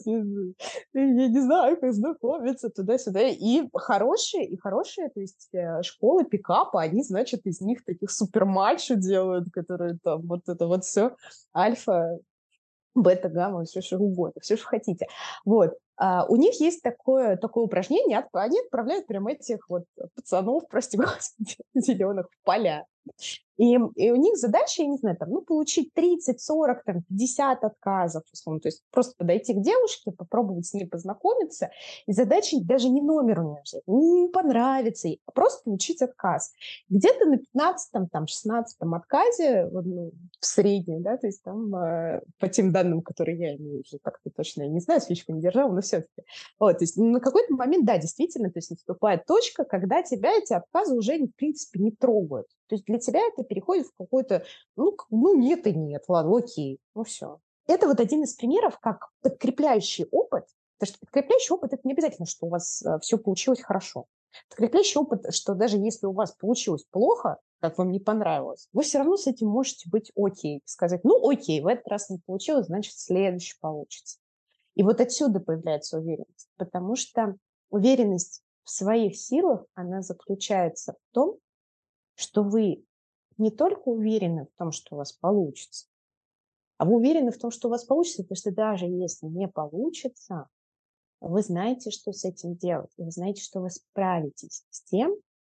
S3: я не знаю, как знакомиться, туда-сюда. И хорошие, и хорошие, то есть э, школы пикапа, они, значит, из них таких супермачо делают, которые там вот это вот все, альфа, бета, гамма, все что угодно, все, что хотите. Вот. А у них есть такое, такое упражнение, отп- они отправляют прям этих вот пацанов, прости господи, зеленых в поля. И, и у них задача, я не знаю, там, ну, получить тридцать, сорок, там, пятьдесят отказов, условно. То есть просто подойти к девушке, попробовать с ней познакомиться. И задача даже не номер у нее взять, не понравится ей, а просто получить отказ. Где-то на пятнадцатом, там, шестнадцатом отказе, вот, ну, в среднем, да, то есть там э, по тем данным, которые я имею, уже так-то точно я не знаю, свечку не держала, но все-таки. Вот, то есть на какой-то момент, да, действительно, то есть наступает точка, когда тебя эти отказы уже, в принципе, не трогают. То есть для тебя это переходит в какой-то, ну, к- ну нет и нет, ладно, окей, ну все. Это вот один из примеров, как подкрепляющий опыт, потому что подкрепляющий опыт – это не обязательно, что у вас все получилось хорошо. Подкрепляющий опыт, что даже если у вас получилось плохо, как вам не понравилось, вы все равно с этим можете быть окей, сказать, ну окей, в этот раз не получилось, значит, следующий получится. И вот отсюда появляется уверенность, потому что уверенность в своих силах, она заключается в том, что вы не только уверены в том, что у вас получится, а вы уверены в том, что у вас получится, потому что даже если не получится, вы знаете, что с этим делать, и вы знаете, что вы справитесь с тем,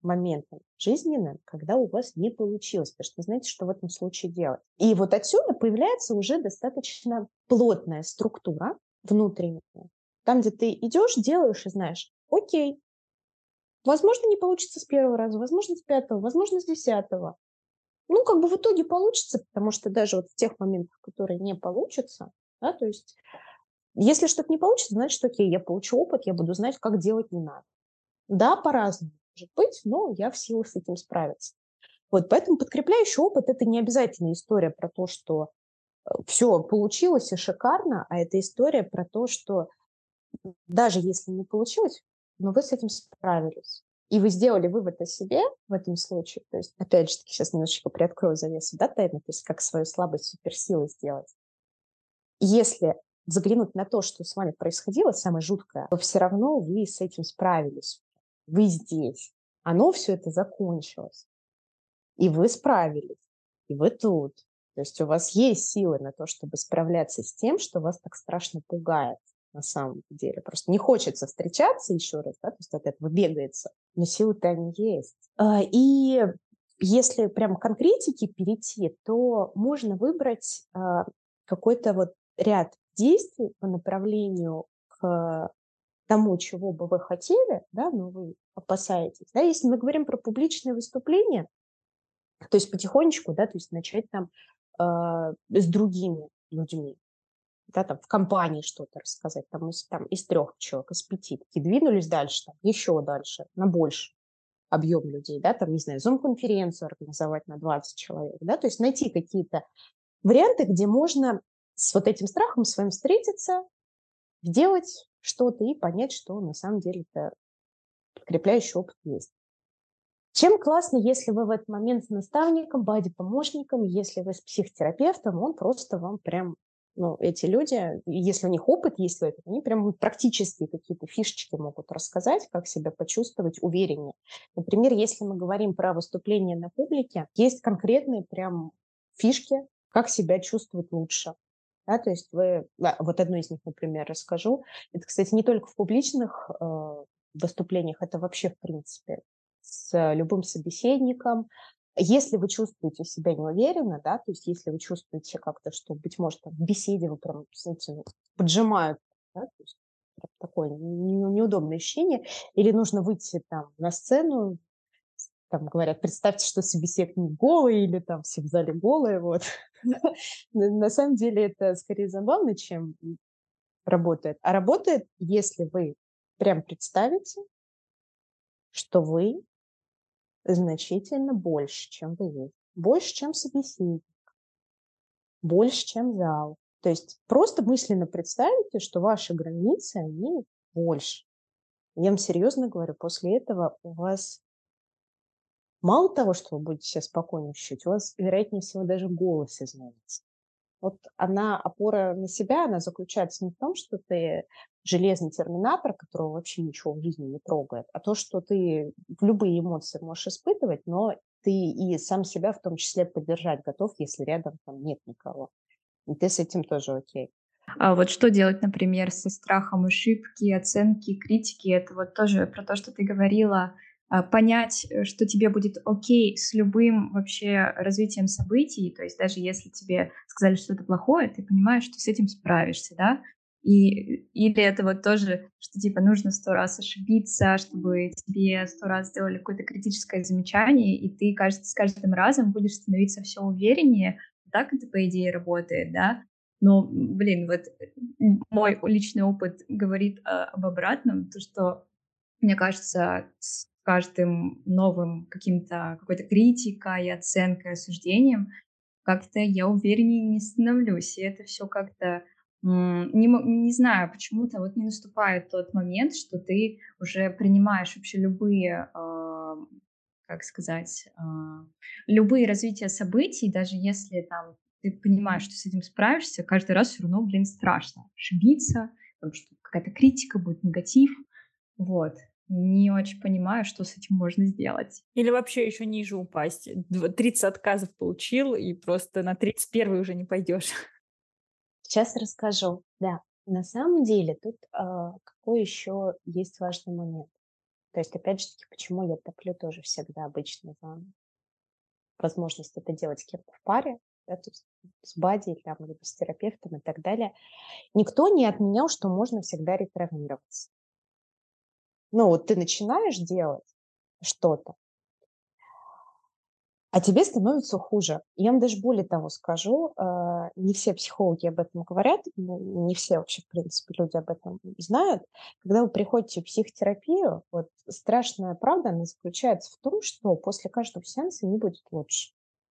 S3: моментом жизненным, когда у вас не получилось, потому что вы знаете, что в этом случае делать. И вот отсюда появляется уже достаточно плотная структура внутренняя, там, где ты идешь, делаешь и знаешь, окей, возможно, не получится с первого раза, возможно, с пятого, возможно, с десятого. Ну, как бы в итоге получится, потому что даже вот в тех моментах, которые не получатся, да, то есть если что-то не получится, значит, окей, я получу опыт, я буду знать, как делать не надо. Да, по-разному может быть, но я в силах с этим справиться. Вот, поэтому подкрепляющий опыт – это не обязательно история про то, что все получилось и шикарно, а это история про то, что даже если не получилось, но вы с этим справились. И вы сделали вывод о себе в этом случае. То есть, опять же таки, сейчас немножечко приоткрою завесу, да, тайны, то есть как свою слабость суперсилой сделать. Если заглянуть на то, что с вами происходило, самое жуткое, то все равно вы с этим справились. Вы здесь. Оно все это закончилось. И вы справились. И вы тут. То есть у вас есть силы на то, чтобы справляться с тем, что вас так страшно пугает на самом деле. Просто не хочется встречаться еще раз, да, то есть от этого бегается. Но силы-то они есть. А, И если прям к конкретике перейти, то можно выбрать а, какой-то вот ряд действий по направлению к тому, чего бы вы хотели, да, но вы опасаетесь. Да, если мы говорим про публичные выступления, то есть потихонечку, да, то есть начать там э, с другими людьми, да, там в компании что-то рассказать, там из, там из трех человек, из пяти, такие двинулись дальше, там, еще дальше, на больше объем людей, да, там, не знаю, зум-конференцию организовать на двадцать человек, да, то есть найти какие-то варианты, где можно с вот этим страхом своим встретиться, сделать что-то и понять, что на самом деле это подкрепляющий опыт есть. Чем классно, если вы в этот момент с наставником, бади-помощником, если вы с психотерапевтом, он просто вам прям, ну, эти люди, если у них опыт есть в этом, они прям практически какие-то фишечки могут рассказать, как себя почувствовать увереннее. Например, если мы говорим про выступление на публике, есть конкретные прям фишки, как себя чувствовать лучше. Да, то есть вы, да, вот одну из них, например, расскажу. Это, кстати, не только в публичных э, выступлениях, это вообще в принципе с любым собеседником. Если вы чувствуете себя неуверенно, да, то есть если вы чувствуете как-то, что, быть может, там, в беседе вы прям, знаете, ну, поджимают, да, то есть такое неудобное ощущение, или нужно выйти там на сцену, там говорят, представьте, что собеседник голый, или там все в зале голые, вот. На самом деле это скорее забавно, чем работает. А работает, если вы прям представите, что вы значительно больше, чем вы есть. Больше, чем собеседник, больше, чем зал. То есть просто мысленно представьте, что ваши границы, они больше. Я вам серьезно говорю, после этого у вас мало того, что вы будете себя спокойно ощущать, у вас, вероятнее всего, даже голос изменится. Вот она, опора на себя, она заключается не в том, что ты железный терминатор, которого вообще ничего в жизни не трогает, а то, что ты в любые эмоции можешь испытывать, но ты и сам себя в том числе поддержать готов, если рядом там нет никого. И ты с этим тоже окей.
S2: А вот что делать, например, со страхом ошибки, оценки, критики? Это вот тоже про то, что ты говорила, а, понять, э, что тебе будет окей с любым вообще развитием событий. То есть даже если тебе сказали что-то плохое, ты понимаешь, что с этим справишься, да? И, или это вот тоже, что типа нужно сто раз ошибиться, чтобы тебе сто раз сделали какое-то критическое замечание, и ты, кажется, с каждым разом будешь становиться все увереннее. Так это, по идее, работает, да? Но, блин, вот мой личный опыт говорит а, об обратном, то, что, мне кажется, с каждым новым каким-то какой-то критикой, оценкой, осуждением как-то я увереннее не становлюсь. И это все как-то, м, не, мо- не знаю, почему-то вот не наступает тот момент, что ты уже принимаешь вообще любые, а, как сказать, а, любые развития событий, даже если там ты понимаешь, что с этим справишься, каждый раз все равно, блин, страшно ошибиться, потому что какая-то критика будет, негатив. Вот. Не очень понимаю, что с этим можно сделать.
S1: Или вообще еще ниже упасть. Дв- тридцать отказов получил, и просто на тридцать первый уже не пойдешь.
S3: Сейчас расскажу. Да, на самом деле тут а, какой еще есть важный момент. То есть, опять же таки, почему я топлю тоже всегда обычно за возможность это делать с кем-то в паре, да, то есть с бадди, там, либо с терапевтом и так далее. Никто не отменял, что можно всегда ретравмироваться. Ну, вот ты начинаешь делать что-то, а тебе становится хуже. Я вам даже более того скажу, э, не все психологи об этом говорят, ну, не все вообще, в принципе, люди об этом знают. Когда вы приходите в психотерапию, вот страшная правда, она заключается в том, что после каждого сеанса не будет лучше.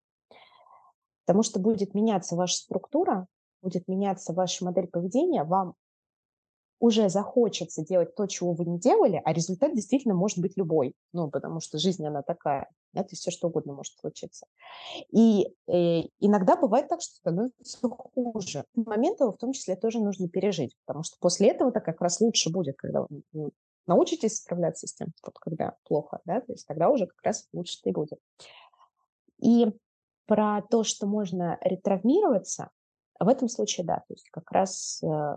S3: Потому что будет меняться ваша структура, будет меняться ваша модель поведения, вам уже захочется делать то, чего вы не делали, а результат действительно может быть любой. Ну, потому что жизнь, она такая. Да, то есть все что угодно может случиться. И э, иногда бывает так, что становится хуже. Момент его в том числе тоже нужно пережить, потому что после этого-то как раз лучше будет, когда вы ну, научитесь справляться с тем, вот когда плохо, да, то есть тогда уже как раз лучше-то и будет. И про то, что можно ретравмироваться, в этом случае, да, то есть как раз э,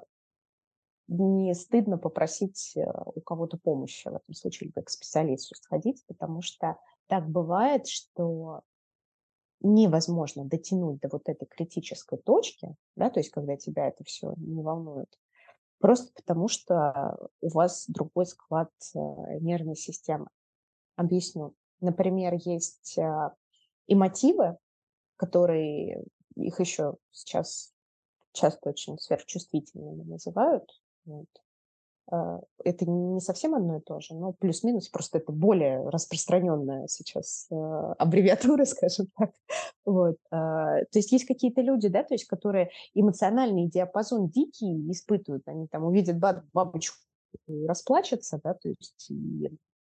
S3: не стыдно попросить э, у кого-то помощи в этом случае, либо к специалисту сходить, потому что так бывает, что невозможно дотянуть до вот этой критической точки, да, то есть когда тебя это все не волнует, просто потому что у вас другой склад э, нервной системы. Объясню. Например, есть э, и мотивы, которые их еще сейчас часто очень сверхчувствительными называют. Вот. А, Это не совсем одно и то же, но плюс-минус, просто это более распространенная сейчас а, аббревиатура, скажем так. Вот. а, То есть есть какие-то люди, да, то есть которые эмоциональный диапазон дикий испытывают, они там увидят баб- бабочку и расплачутся, да, то есть и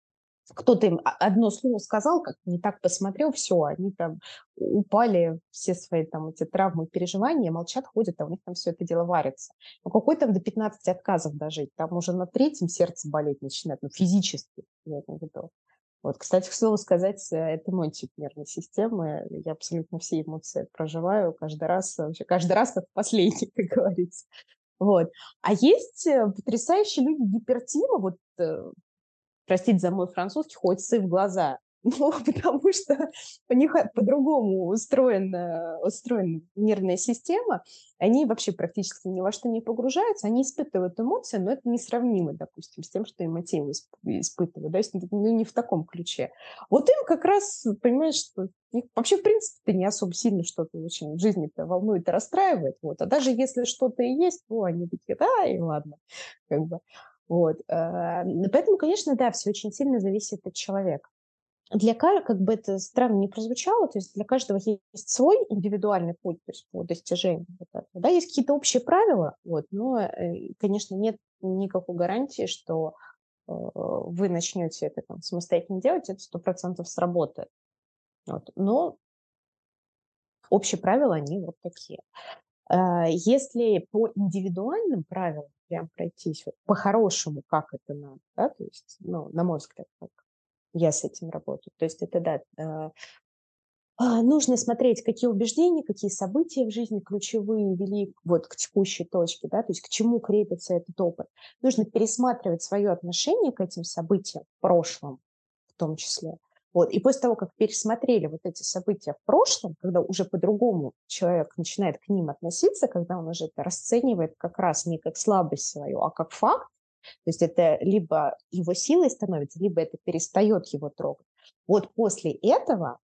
S3: кто-то им а- одно слово сказал, как не так посмотрел, все, они там упали, все свои там эти травмы, переживания, молчат, ходят, а у них там все это дело варится. Ну, какой там до пятнадцати отказов дожить? Там уже на третьем сердце болеть начинает, ну, физически, я имею в виду. Вот, кстати, к слову сказать, э, это мой тип нервной системы. Я абсолютно все эмоции проживаю каждый раз, вообще каждый раз как последний, как говорится. Вот. А есть э, потрясающие люди гипертимы, вот э, простите за мой французский, хоть сыв в глаза. Ну, потому что у них э, по-другому устроена, устроена нервная система. Они вообще практически ни во что не погружаются, они испытывают эмоции, но это несравнимо, допустим, с тем, что эмотивы испытывают. Да? То есть, ну, не в таком ключе. Вот им как раз, понимаешь, что их вообще, в принципе, не особо сильно что-то очень в жизни-то волнует и расстраивает. Вот. А даже если что-то и есть, то они такие, да, и ладно. Как бы. Вот. э, Поэтому, конечно, да, все очень сильно зависит от человека. Для каждого, как бы это странно не прозвучало, то есть для каждого есть свой индивидуальный путь, то есть по достижению вот этого. Да, есть какие-то общие правила, вот, но, э, конечно, нет никакой гарантии, что э, вы начнете это там, самостоятельно делать, это сто процентов сработает. Вот. Но общие правила, они вот такие. А, Если по индивидуальным правилам прям пройтись, вот, по-хорошему, как это надо, да, то есть, ну, на мой взгляд, как я с этим работаю. То есть это, да, э, а, нужно смотреть, какие убеждения, какие события в жизни ключевые вели вот к текущей точке, да, то есть к чему крепится этот опыт. Нужно пересматривать свое отношение к этим событиям в прошлом в том числе. Вот. И после того, как пересмотрели вот эти события в прошлом, когда уже по-другому человек начинает к ним относиться, когда он уже это расценивает как раз не как слабость свою, а как факт, то есть это либо его силой становится, либо это перестает его трогать. Вот после этого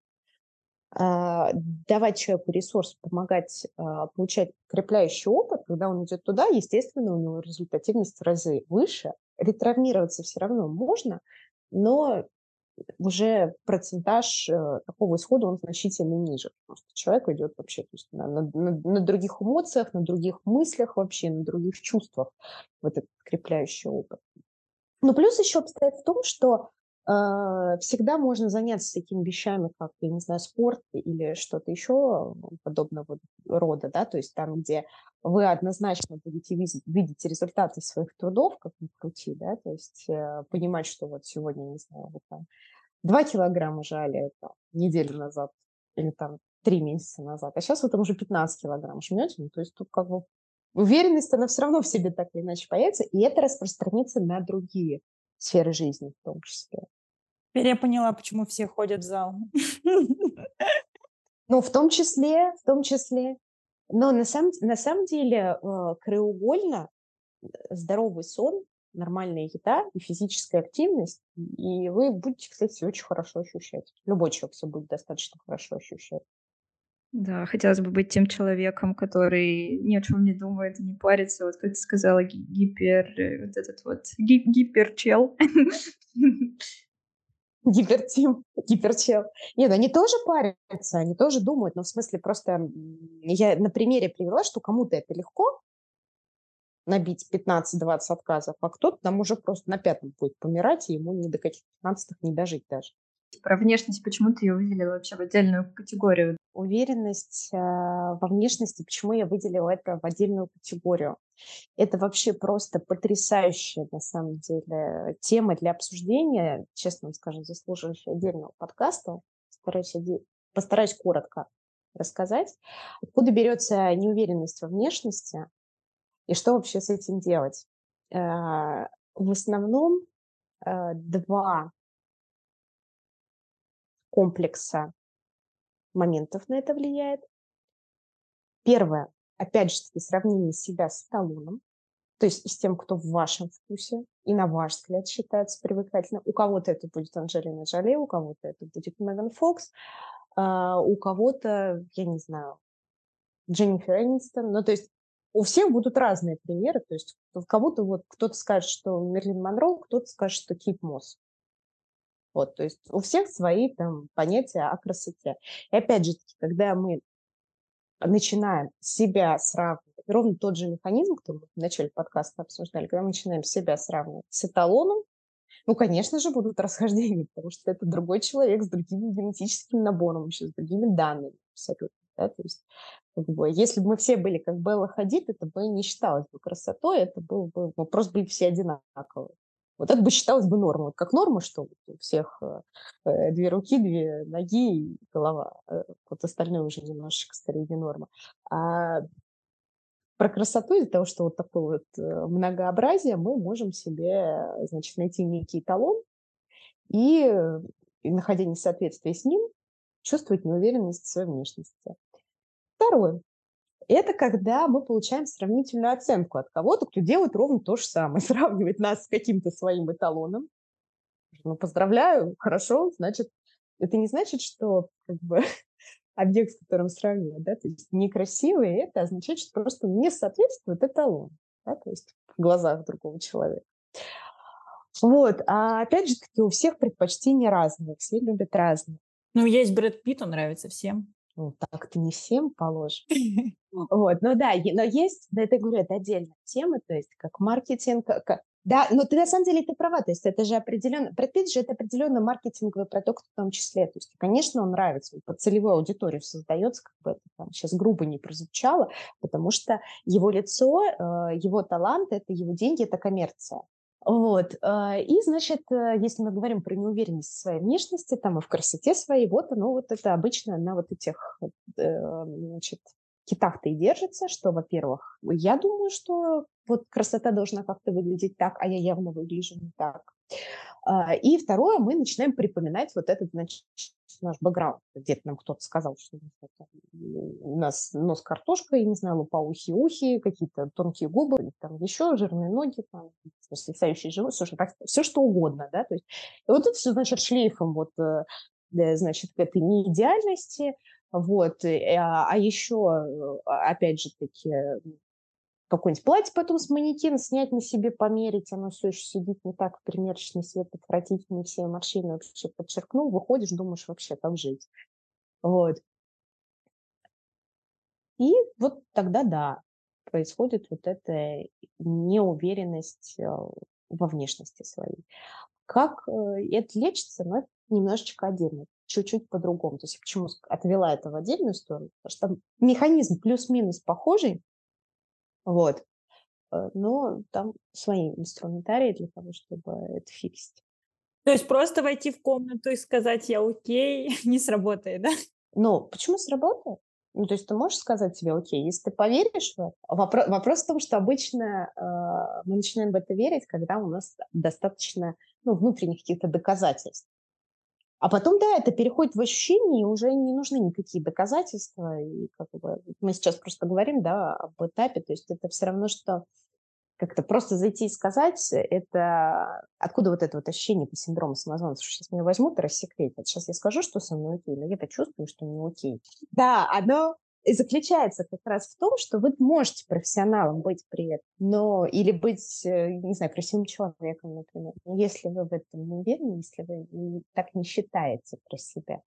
S3: а, давать человеку ресурс, помогать а, получать крепляющий опыт, когда он идет туда, естественно, у него результативность в разы выше. Ретравмироваться все равно можно, но уже процентаж э, такого исхода, он значительно ниже, потому что человек идет вообще то есть на, на, на, на других эмоциях, на других мыслях вообще, на других чувствах вот этот крепляющий опыт. Но плюс еще обстоит в том, что э, всегда можно заняться такими вещами, как, я не знаю, спорт или что-то еще подобного рода, да, то есть там, где вы однозначно будете видеть, видеть результаты своих трудов, как ни крути, да, то есть э, понимать, что вот сегодня, не знаю, вы там два килограмма жали там, неделю назад или там три месяца назад, а сейчас вы там уже пятнадцать килограмм жмете, ну, то есть тут как бы уверенность, она все равно в себе так или иначе появится, и это распространится на другие сферы жизни в том числе.
S1: Теперь я поняла, почему все ходят в зал.
S3: Ну, в том числе, в том числе. Но на самом, на самом деле э, краеугольно здоровый сон, нормальная еда и физическая активность, и вы будете, кстати, очень хорошо ощущать. Любой человек себя будет достаточно хорошо ощущать.
S2: Да, хотелось бы быть тем человеком, который ни о чем не думает, не парится. Вот как ты сказала, ги- гипер... э, Вот этот вот ги- гиперчел.
S3: Гипертим, гиперчел. Нет, они тоже парятся, они тоже думают, но в смысле просто м, я на примере привела, что кому-то это легко набить пятнадцать-двадцать отказов, а кто-то там уже просто на пятом будет помирать, и ему ни до каких пятнадцатых не дожить даже.
S2: Про внешность почему ты ее выделила вообще в отдельную категорию?
S3: Уверенность э, во внешности, почему я выделила это в отдельную категорию? Это вообще просто потрясающая, на самом деле, тема для обсуждения, честно вам скажу, заслуживающая отдельного подкаста. Постараюсь, оде- постараюсь коротко рассказать, откуда берется неуверенность во внешности и что вообще с этим делать. Э, В основном э, два комплекса моментов на это влияет. Первое, опять же таки, сравнение себя с эталоном, то есть с тем, кто в вашем вкусе и на ваш взгляд считается привлекательным. У кого-то это будет Анджелина Джоли, у кого-то это будет Меган Фокс, а у кого-то, я не знаю, Дженнифер Энистон. Ну, то есть у всех будут разные примеры. То есть кому-то вот кто-то скажет, что Мерлин Монро, кто-то скажет, что Кейт Мосс. Вот, то есть у всех свои там понятия о красоте. И опять же, когда мы начинаем себя сравнивать, ровно тот же механизм, который мы в начале подкаста обсуждали, когда мы начинаем себя сравнивать с эталоном, ну, конечно же, будут расхождения, потому что это другой человек с другим генетическим набором, еще с другими данными абсолютно. Да? То есть, как бы, если бы мы все были как Белла Хадид, это бы не считалось бы красотой, это было бы, мы просто были все одинаковые. Вот это бы считалось бы нормой. Вот как норма, что вот у всех э, две руки, две ноги и голова. Э, вот остальное уже немножечко скорее не норма. А про красоту из-за того, что вот такое вот э, многообразие, мы можем себе, значит, найти некий эталон и, э, и находя несоответствие с ним, чувствовать неуверенность в своей внешности. Второе. Это когда мы получаем сравнительную оценку от кого-то, кто делает ровно то же самое, сравнивает нас с каким-то своим эталоном. Ну, поздравляю, хорошо, значит, это не значит, что как бы объект, с которым сравнивают, да, то есть некрасивый, это означает, что просто не соответствует эталону, да, то есть в глазах другого человека. Вот, а опять же таки у всех предпочтения разные, все любят разные.
S1: Ну, есть Брэд Питт, он нравится всем.
S3: Ну, так-то не всем положено. Вот, ну да, но есть, да, это, говорю, это отдельная тема, то есть как маркетинг, как, да, но ты на самом деле ты права, то есть это же определенно, Брэд Питт же это определенно маркетинговый продукт в том числе, то есть, конечно, он нравится, он под целевую аудиторию создается, как бы это там сейчас грубо не прозвучало, потому что его лицо, его талант, это его деньги, это коммерция. Вот. И, значит, если мы говорим про неуверенность в своей внешности, там и в красоте своей, вот оно вот это обычно на вот этих, значит, китах-то и держится, что, во-первых, я думаю, что вот красота должна как-то выглядеть так, а я явно выгляжу не так. И второе, мы начинаем припоминать вот этот, значит, наш бэкграунд. Где-то нам кто-то сказал, что у нас нос картошкой, не знаю, лопоухие ухи, какие-то тонкие губы, там еще жирные ноги, там, свисающий живот, все, что, все что угодно, да, то есть и вот это все, значит, шлейфом вот, да, значит, к этой неидеальности, вот, а, а еще, опять же таки, какое-нибудь платье потом с манекена снять на себе, померить, оно все еще сидит не так, примерочный свет отвратительный, все морщины вообще подчеркнул, выходишь, думаешь вообще, как жить. Вот. И вот тогда, да, происходит вот эта неуверенность во внешности своей. Как это лечится, но это немножечко отдельно, чуть-чуть по-другому. То есть я почему отвела это в отдельную сторону? Потому что там механизм плюс-минус похожий, вот, но там свои инструментарии для того, чтобы это фиксить.
S1: То есть просто войти в комнату и сказать «я окей» не сработает, да?
S3: Но почему сработает? Ну, то есть ты можешь сказать себе, окей, если ты поверишь в это. Вопро- вопрос в том, что обычно э, мы начинаем в это верить, когда у нас достаточно ну, внутренних каких-то доказательств. А потом, да, это переходит в ощущение, и уже не нужны никакие доказательства. И как бы мы сейчас просто говорим, да, об этапе, то есть это все равно, что как-то просто зайти и сказать, это откуда вот это вот ощущение по синдрому самозванца, что сейчас меня возьмут и рассекретят. Сейчас я скажу, что со мной окей, но я-то чувствую, что не окей. Да, оно и заключается как раз в том, что вы можете профессионалом быть при этом, но или быть, э, не знаю, красивым человеком, например. Но если вы в этом не уверены, если вы не- так не считаете про себя,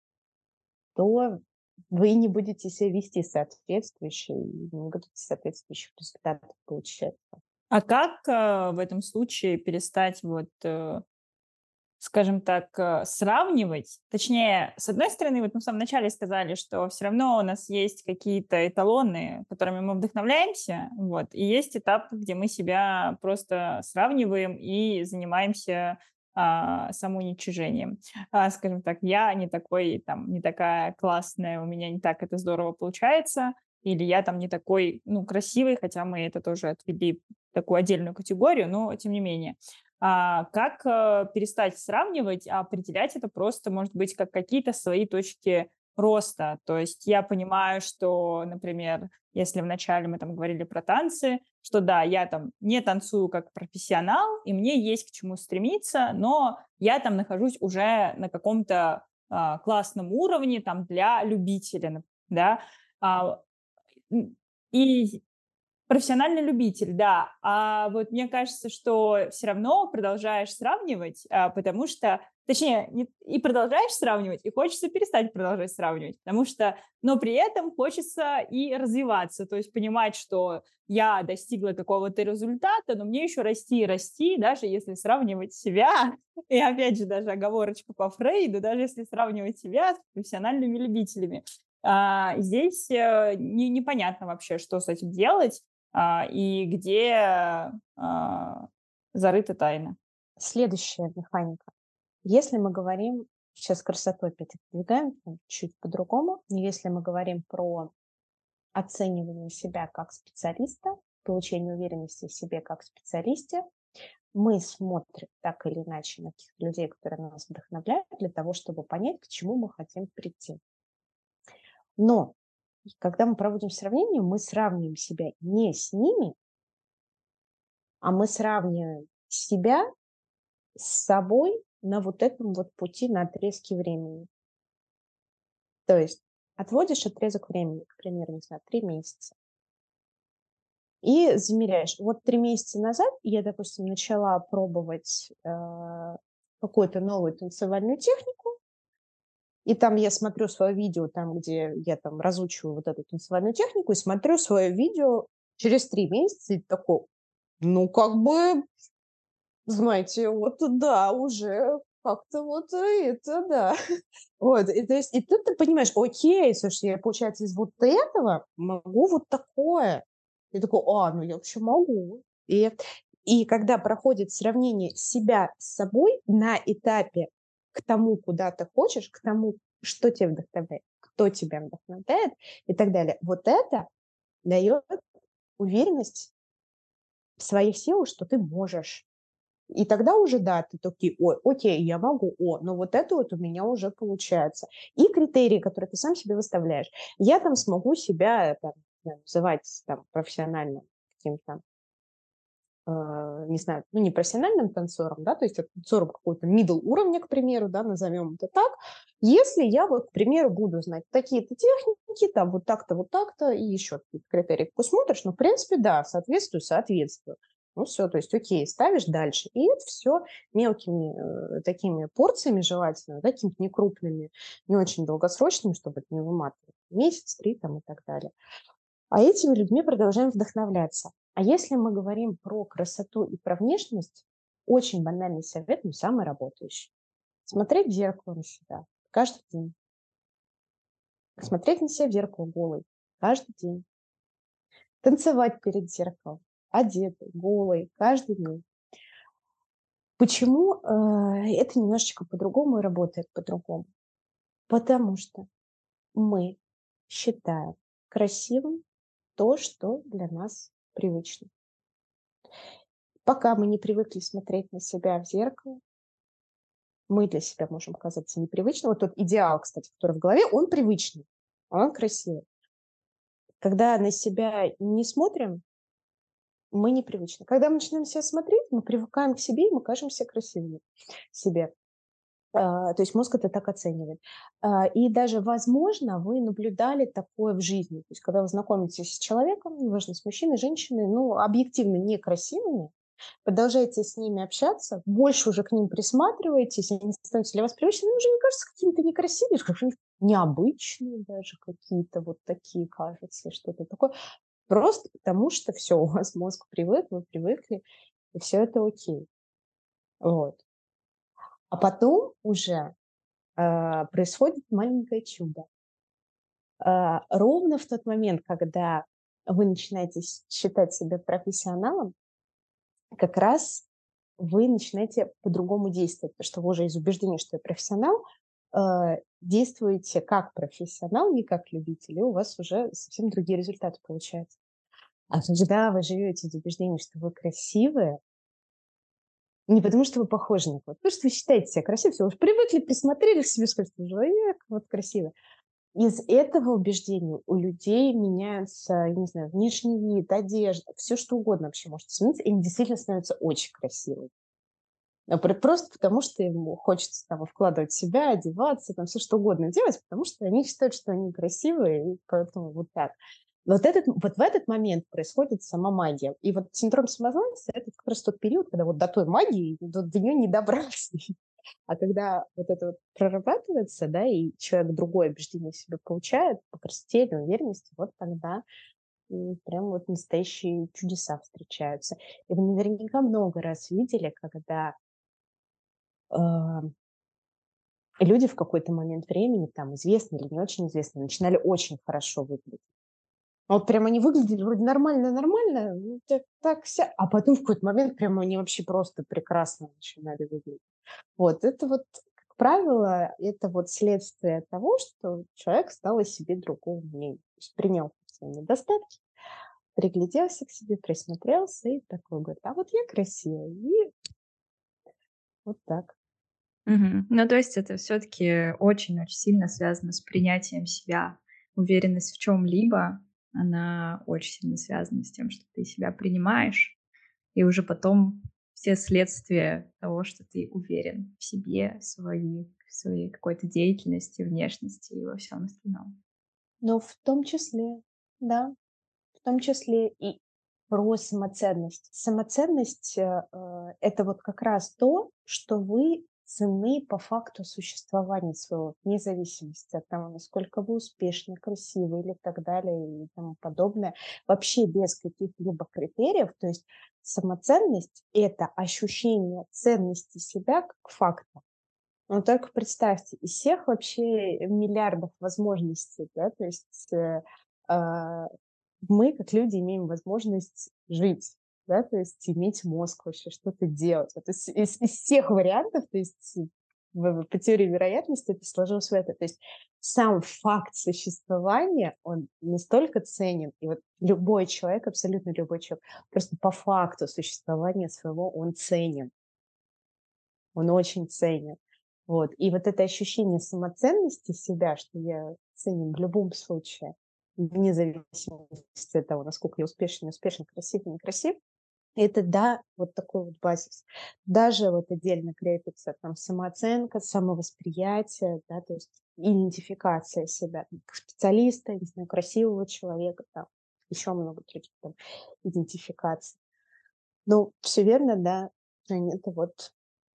S3: то вы не будете себя вести соответствующе и не будете соответствующих результатов получать.
S1: А как, э, в этом случае перестать вот, э, скажем так, э, сравнивать? Точнее, с одной стороны, вот мы в самом начале сказали, что все равно у нас есть какие-то эталоны, которыми мы вдохновляемся, вот, и есть этап, где мы себя просто сравниваем и занимаемся, а, самоуничижением. А, скажем так, я не такой, там, не такая классная, у меня не так это здорово получается, или я там не такой, ну, красивый, хотя мы это тоже отвели в такую отдельную категорию, но тем не менее. А, как, э, перестать сравнивать, а определять это просто, может быть, как какие-то свои точки роста? То есть я понимаю, что, например, если вначале мы там говорили про танцы, что да, я там не танцую как профессионал, и мне есть к чему стремиться, но я там нахожусь уже на каком-то, а, классном уровне там для любителя, нап да. А, м, и Профессиональный любитель, да. А вот мне кажется, что все равно продолжаешь сравнивать, а, потому что точнее, не и продолжаешь сравнивать, и хочется перестать продолжать сравнивать, потому что но при этом хочется и развиваться, то есть понимать, что я достигла какого-то результата, но мне еще расти и расти, даже если сравнивать себя. И опять же, даже оговорочка по Фрейду, даже если сравнивать себя с профессиональными любителями. А, здесь, э, не непонятно вообще, что с этим делать а, и где, а, зарыта тайна.
S3: Следующая механика. Если мы говорим, сейчас красоту опять отодвигаем, там, чуть по-другому, но если мы говорим про оценивание себя как специалиста, получение уверенности в себе как специалисте, мы смотрим так или иначе на каких-то людей, которые нас вдохновляют, для того, чтобы понять, к чему мы хотим прийти. Но когда мы проводим сравнение, мы сравниваем себя не с ними, а мы сравниваем себя с собой на вот этом вот пути, на отрезке времени. То есть отводишь отрезок времени, к примеру, не знаю, три месяца, и замеряешь. Вот три месяца назад я, допустим, начала пробовать э, какую-то новую танцевальную технику, и там я смотрю свое видео, там, где я там разучиваю вот эту танцевальную технику, и смотрю свое видео через три месяца, и такой, ну, как бы, знаете, вот да, уже как-то вот это, да. Вот, и то есть, и тут ты понимаешь, окей, слушай, я, получается, из вот этого могу вот такое. И такой, а, ну я вообще могу. И, и когда проходит сравнение себя с собой на этапе к тому, куда ты хочешь, к тому, что тебя вдохновляет, кто тебя вдохновляет и так далее, вот это дает уверенность в своих силах, что ты можешь. И тогда уже, да, ты такие, ой, окей, я могу, о, но вот это вот у меня уже получается. И критерии, которые ты сам себе выставляешь. Я там смогу себя там, называть там, профессиональным каким-то, э, не знаю, ну не профессиональным танцором, да, то есть танцором какого-то middle уровня, к примеру, да, назовем это так, если я вот, к примеру, буду знать такие-то техники, там вот так-то, вот так-то, и еще какие-то критерии посмотришь, ну, в принципе, да, соответствую, соответствую. Ну, все, то есть, окей, ставишь дальше. И это все мелкими э, такими порциями желательно, да, какими-то некрупными, не очень долгосрочными, чтобы это не выматывать. Месяц, три там и так далее. А этими людьми продолжаем вдохновляться. А если мы говорим про красоту и про внешность, очень банальный совет, но самый работающий. Смотреть в зеркало на себя каждый день. Смотреть на себя в зеркало голый каждый день. Танцевать перед зеркалом, одетый, голый, каждый день. Почему э, это немножечко по-другому и работает по-другому? Потому что мы считаем красивым то, что для нас привычно. Пока мы не привыкли смотреть на себя в зеркало, мы для себя можем казаться непривычным. Вот тот идеал, кстати, который в голове, он привычный, он красивый. Когда на себя не смотрим, мы непривычны. Когда мы начинаем себя смотреть, мы привыкаем к себе, и мы кажемся красивыми себе. А, то есть мозг это так оценивает. А, и даже, возможно, вы наблюдали такое в жизни. То есть когда вы знакомитесь с человеком, неважно, с мужчиной, женщиной, ну, объективно некрасивыми, продолжаете с ними общаться, больше уже к ним присматриваетесь, они становятся для вас привычными, уже не кажутся какими-то некрасивыми, как-то необычные даже какие-то вот такие, кажется, что-то такое. Просто потому что все, у вас мозг привык, вы привыкли, и все это окей. Вот. А потом уже э, происходит маленькое чудо. Э, ровно в тот момент, когда вы начинаете считать себя профессионалом, как раз вы начинаете по-другому действовать, потому что вы уже из убеждения, что я профессионал, э, действуете как профессионал, не как любитель, и у вас уже совсем другие результаты получаются. А когда вы живете из убеждения, что вы красивые, не потому что вы похожи на кого-то, потому что вы считаете себя красивым, все, уже привыкли, присмотрели к себе, сказали, что человек вот красивый. Из этого убеждения у людей меняется, я не знаю, внешний вид, одежда, все что угодно вообще может смениться, и они действительно становятся очень красивыми. Просто потому, что ему хочется там, вкладывать в себя, одеваться, там все что угодно делать, потому что они считают, что они красивые, и поэтому вот так. Вот, этот, вот в этот момент происходит сама магия. И вот синдром самозванца – это как раз тот период, когда вот до той магии, до, до нее не добраться. А когда вот это вот прорабатывается, да, и человек другое убеждение в себе получает, по красоте или уверенности, вот тогда м, прям вот настоящие чудеса встречаются. И вы наверняка много раз видели, когда э, люди в какой-то момент времени, там, известные или не очень известные, начинали очень хорошо выглядеть. Вот прям они выглядели вроде нормально-нормально, ну, так, так вся, а потом в какой-то момент прям они вообще просто прекрасно начинали выглядеть. Вот, это вот, как правило, это вот следствие того, что человек стал о себе другого мнения. То есть принял свои недостатки, пригляделся к себе, присмотрелся и такой говорит, а вот я красивый. И вот так.
S2: Мгм. Ну, то есть это все-таки очень-очень сильно связано с принятием себя. Уверенность в чем-либо, она очень сильно связана с тем, что ты себя принимаешь, и уже потом все следствия того, что ты уверен в себе, в своей, в своей какой-то деятельности, внешности и во всем остальном.
S3: Но в том числе, да, в том числе и про самоценность. Самоценность э, э, это вот как раз то, что вы ценны по факту существования своего, вне зависимости от того, насколько вы успешны, красивы или так далее и тому подобное. Вообще без каких-либо критериев. То есть самоценность – это ощущение ценности себя как факта. Но только представьте, из всех вообще миллиардов возможностей, да, то есть э, а, мы, как люди, имеем возможность жить, да, то есть иметь мозг вообще, что-то делать. Вот из, из- из всех вариантов, то есть в- по теории вероятности это сложилось в это. То есть сам факт существования, он настолько ценен, и вот любой человек, абсолютно любой человек, просто по факту существования своего он ценен, он очень ценен. Вот. И вот это ощущение самоценности себя, что я ценен в любом случае, вне зависимости от того, насколько я успешен, не успешен, красив, некрасив, это, да, вот такой вот базис. Даже вот отдельно крепится там самооценка, самовосприятие, да, то есть идентификация себя как специалиста, не знаю, красивого человека, там, еще много других там идентификаций. Ну, все верно, да, Жень, это вот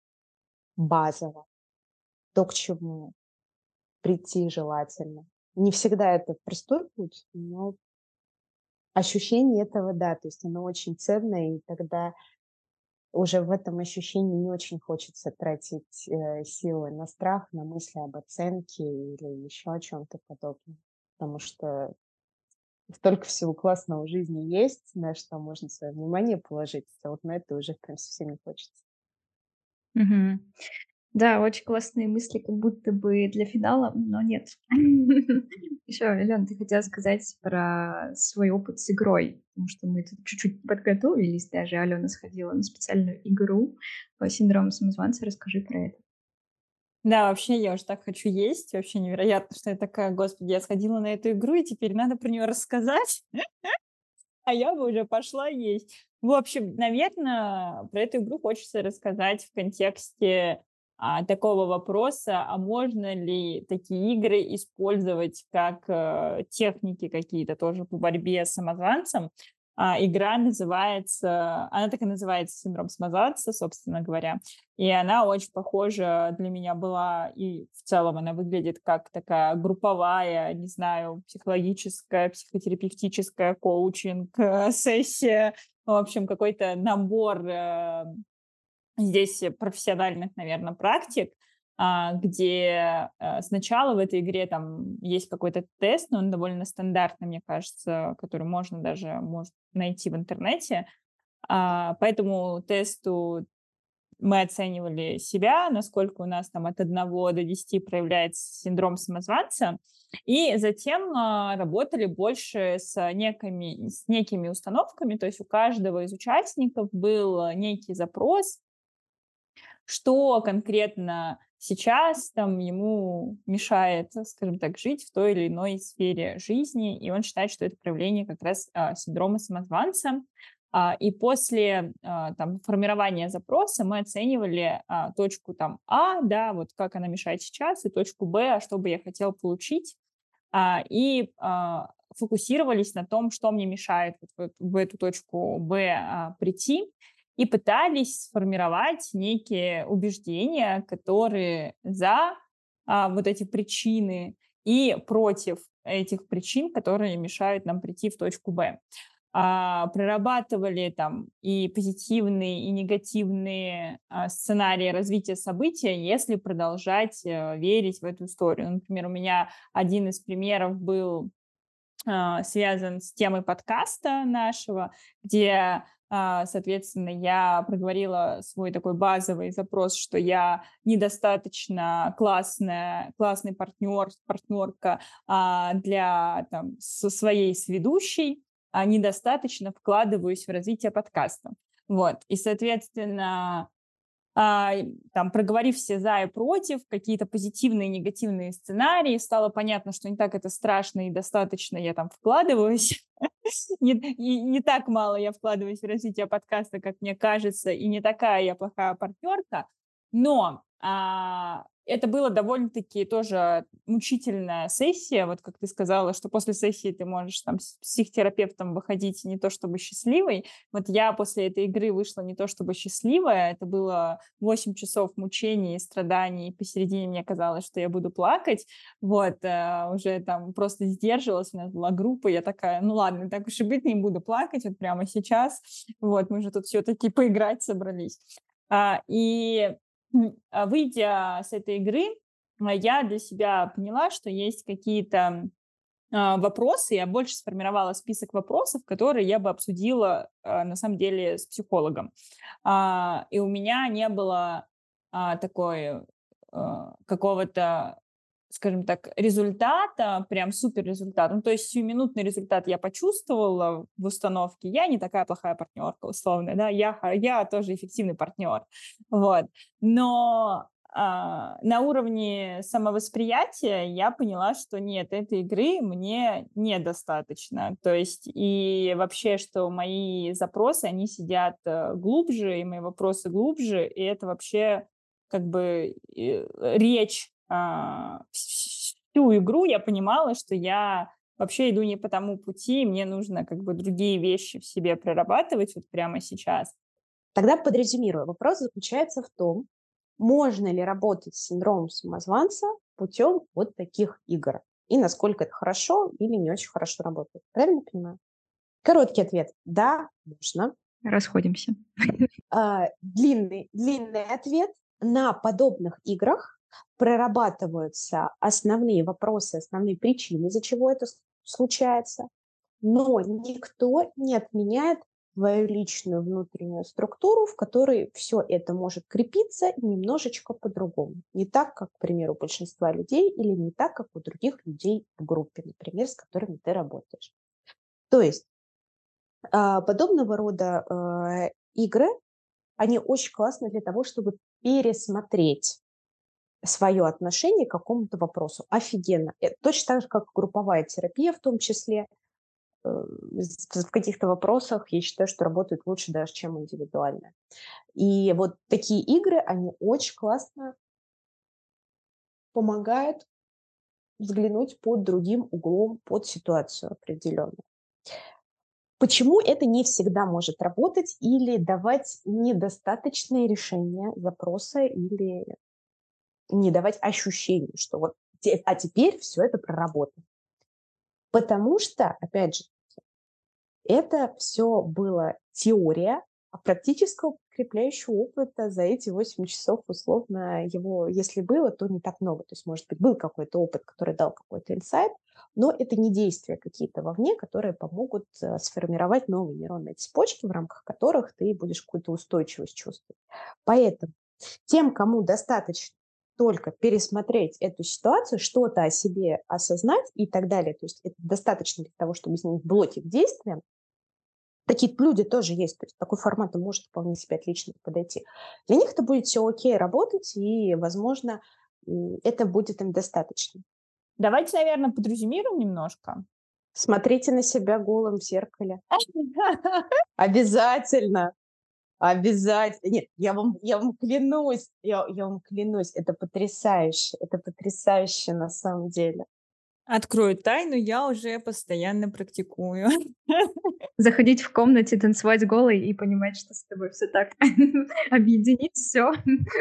S3: базово, то, к чему прийти желательно. Не всегда это простой путь, но ощущение этого, да, то есть оно очень ценное, и тогда уже в этом ощущении не очень хочется тратить э, силы на страх, на мысли об оценке или еще о чем-то подобном. Потому что столько всего классного в жизни есть, на что можно свое внимание положить, а вот на это уже прям совсем не хочется.
S2: Мгм. Да, очень классные мысли, как будто бы для финала, но нет. Еще, Алена, ты хотела сказать про свой опыт с игрой, потому что мы тут чуть-чуть подготовились, даже Алена сходила на специальную игру по синдрому самозванца. Расскажи про это.
S1: Да, вообще я уже так хочу есть. Вообще невероятно, что я такая, господи, я сходила на эту игру, и теперь надо про нее рассказать, а я бы уже пошла есть. В общем, наверное, про эту игру хочется рассказать в контексте а, такого вопроса, а можно ли такие игры использовать как э, техники какие-то тоже по борьбе с самозванцем. А, игра называется, она так и называется «Синдром самозванца», собственно говоря. И она очень похожа для меня была, и в целом она выглядит как такая групповая, не знаю, психологическая, психотерапевтическая коучинг-сессия. В общем, какой-то набор э, здесь профессиональных, наверное, практик, а, где э, сначала в этой игре там есть какой-то тест, но он довольно стандартный, мне кажется, который можно даже может найти в интернете. А, По этому тесту мы оценивали себя, насколько у нас там от одного до десяти проявляется синдром самозванца, и затем а, работали больше с некими, с некими установками, то есть у каждого из участников был некий запрос, что конкретно сейчас там ему мешает, скажем так, жить в той или иной сфере жизни, и он считает, что это проявление как раз а, синдрома самозванца. А, и после а, там, формирования запроса мы оценивали а, точку там А, да, вот как она мешает сейчас, и точку Б, а что бы я хотел получить, а, и а, фокусировались на том, что мне мешает вот в, в эту точку Б а, прийти, и пытались сформировать некие убеждения, которые за а, вот эти причины и против этих причин, которые мешают нам прийти в точку Б. А, прорабатывали там и позитивные, и негативные а, сценарии развития события, если продолжать э, верить в эту историю. Например, у меня один из примеров был а, связан с темой подкаста нашего, где, а, соответственно, я проговорила свой такой базовый запрос, что я недостаточно классная, классный партнер, партнерка а, для там, со своей сведущей, а недостаточно вкладываюсь в развитие подкаста. Вот. И, соответственно, а, там, проговорив все за и против, какие-то позитивные и негативные сценарии, стало понятно, что не так это страшно и достаточно я там вкладываюсь. Не, и не так мало я вкладываюсь в развитие подкаста, как мне кажется, и не такая я плохая партнерка. Но а, это было довольно-таки тоже мучительная сессия. Вот как ты сказала, что после сессии ты можешь там с психотерапевтом выходить не то чтобы счастливой. Вот я после этой игры вышла не то чтобы счастливая. Это было восемь часов мучений и страданий. И посередине мне казалось, что я буду плакать. Вот, э, уже там просто сдерживалась. У нас была группа. Я такая, ну ладно, так уж и быть, не буду плакать вот прямо сейчас. Вот, мы же тут все-таки поиграть собрались. А, и м, а, выйдя с этой игры, а, я для себя поняла, что есть какие-то а, вопросы, я больше сформировала список вопросов, которые я бы обсудила а, на самом деле с психологом. А, и у меня не было а, такой а, какого-то, скажем так, результата, прям супер результата. Ну, то есть сиюминутный результат я почувствовала в установке. Я не такая плохая партнерка, условно, да, я, ха- я тоже эффективный партнер. Вот. Но а, на уровне самовосприятия я поняла, что нет, этой игры мне недостаточно. То есть и вообще, что мои запросы, они сидят э, глубже, и мои вопросы глубже, и это вообще как бы э, речь а, всю игру я понимала, что я вообще иду не по тому пути, и мне нужно как бы другие вещи в себе прорабатывать вот прямо сейчас.
S3: Тогда подрезюмирую. Вопрос заключается в том, можно ли работать с синдромом самозванца путем вот таких игр? И насколько это хорошо или не очень хорошо работает. Правильно понимаю? Короткий ответ – да, можно.
S2: Расходимся.
S3: А, длинный, длинный ответ – на подобных играх прорабатываются основные вопросы, основные причины, из-за чего это случается, но никто не отменяет твою личную внутреннюю структуру, в которой все это может крепиться немножечко по-другому. Не так, как, к примеру, у большинства людей, или не так, как у других людей в группе, например, с которыми ты работаешь. То есть а, подобного рода а, игры, они очень классны для того, чтобы пересмотреть свое отношение к какому-то вопросу. Офигенно. Это точно так же, как групповая терапия в том числе. Э, В каких-то вопросах я считаю, что работает лучше даже, чем индивидуальная. И вот такие игры, они очень классно помогают взглянуть под другим углом, под ситуацию определенную. Почему это не всегда может работать или давать недостаточное решение запроса или не давать ощущение, что вот, а теперь все это проработано. Потому что, опять же, это все была теория, а практического подкрепляющего опыта за эти восемь часов условно его, если было, то не так много. То есть, может быть, был какой-то опыт, который дал какой-то инсайт, но это не действия какие-то вовне, которые помогут э, сформировать новые нейронные цепочки, в рамках которых ты будешь какую-то устойчивость чувствовать. Поэтому тем, кому достаточно только пересмотреть эту ситуацию, что-то о себе осознать и так далее, то есть это достаточно для того, чтобы изменить блоки к действиям. Такие люди тоже есть, то есть такой формат может вполне себе отлично подойти. Для них это будет все окей работать, и, возможно, это будет им достаточно.
S1: Давайте, наверное, подрезюмируем немножко.
S3: Смотрите на себя голым в зеркале. Обязательно. Обязательно. Нет, я вам, я вам клянусь, я, я вам клянусь, это потрясающе, это потрясающе на самом деле.
S1: Открою тайну, я уже постоянно практикую.
S2: Заходить в комнате, танцевать голой и понимать, что с тобой все так. Объединить все.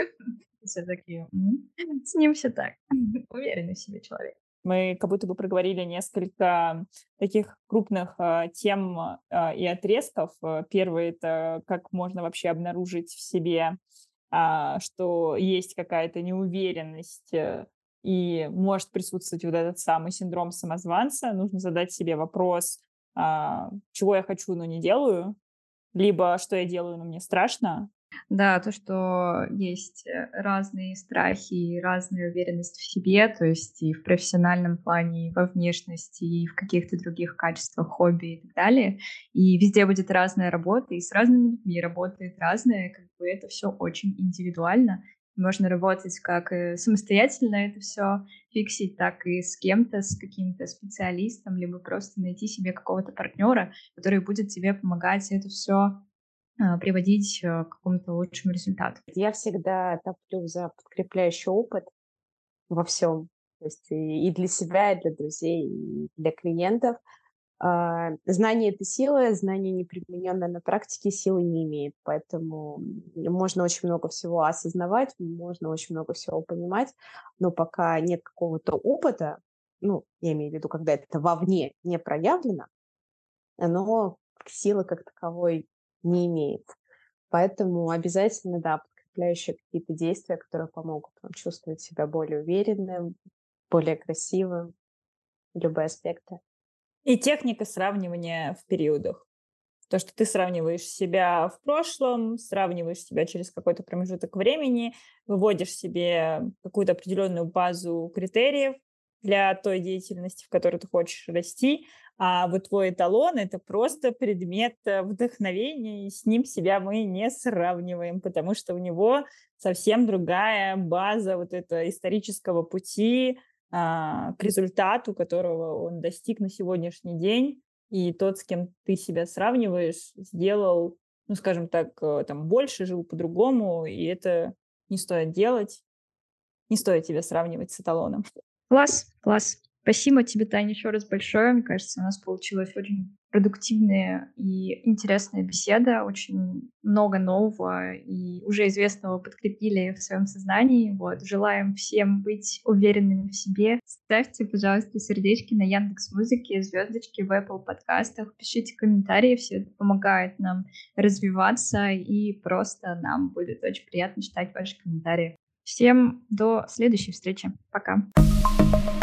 S2: Все такие, с ним все так. Уверенный в себе человек.
S1: Мы как будто бы проговорили несколько таких крупных э, тем э, и отрезков. Первый — это как можно вообще обнаружить в себе, э, что есть какая-то неуверенность э, и может присутствовать вот этот самый синдром самозванца. Нужно задать себе вопрос, э, чего я хочу, но не делаю, либо что я делаю, но мне страшно.
S2: Да, то, что есть разные страхи и разная уверенность в себе, то есть и в профессиональном плане, и во внешности, и в каких-то других качествах, хобби и так далее. И везде будет разная работа, и с разными людьми работает разное, как бы это все очень индивидуально. Можно работать как самостоятельно это все фиксить, так и с кем-то, с каким-то специалистом, либо просто найти себе какого-то партнера, который будет тебе помогать это все приводить к какому-то лучшему результату.
S3: Я всегда топлю за подкрепляющий опыт во всем. То есть и для себя, и для друзей, и для клиентов. Знание — это сила, знание, не примененное на практике, силы не имеет. Поэтому можно очень много всего осознавать, можно очень много всего понимать, но пока нет какого-то опыта, ну, я имею в виду, когда это вовне не проявлено, оно силы как таковой не имеет. Поэтому обязательно, да, подкрепляющие какие-то действия, которые помогут вам чувствовать себя более уверенным, более красивым в любые аспекты.
S1: И техника сравнивания в периодах. То, что ты сравниваешь себя в прошлом, сравниваешь себя через какой-то промежуток времени, выводишь себе какую-то определенную базу критериев для той деятельности, в которой ты хочешь расти, а вот твой эталон — это просто предмет вдохновения, и с ним себя мы не сравниваем, потому что у него совсем другая база вот этого исторического пути а, к результату, которого он достиг на сегодняшний день. И тот, с кем ты себя сравниваешь, сделал, ну, скажем так, там, больше, жил по-другому, и это не стоит делать. Не стоит тебя сравнивать с эталоном.
S2: Класс, класс. Спасибо тебе, Таня, еще раз большое. Мне кажется, у нас получилась очень продуктивная и интересная беседа. Очень много нового и уже известного подкрепили в своем сознании. Вот. Желаем всем быть уверенными в себе. Ставьте, пожалуйста, сердечки на Яндекс.Музыке, звездочки в Apple подкастах. Пишите комментарии, все это помогает нам развиваться, и просто нам будет очень приятно читать ваши комментарии. Всем до следующей встречи. Пока.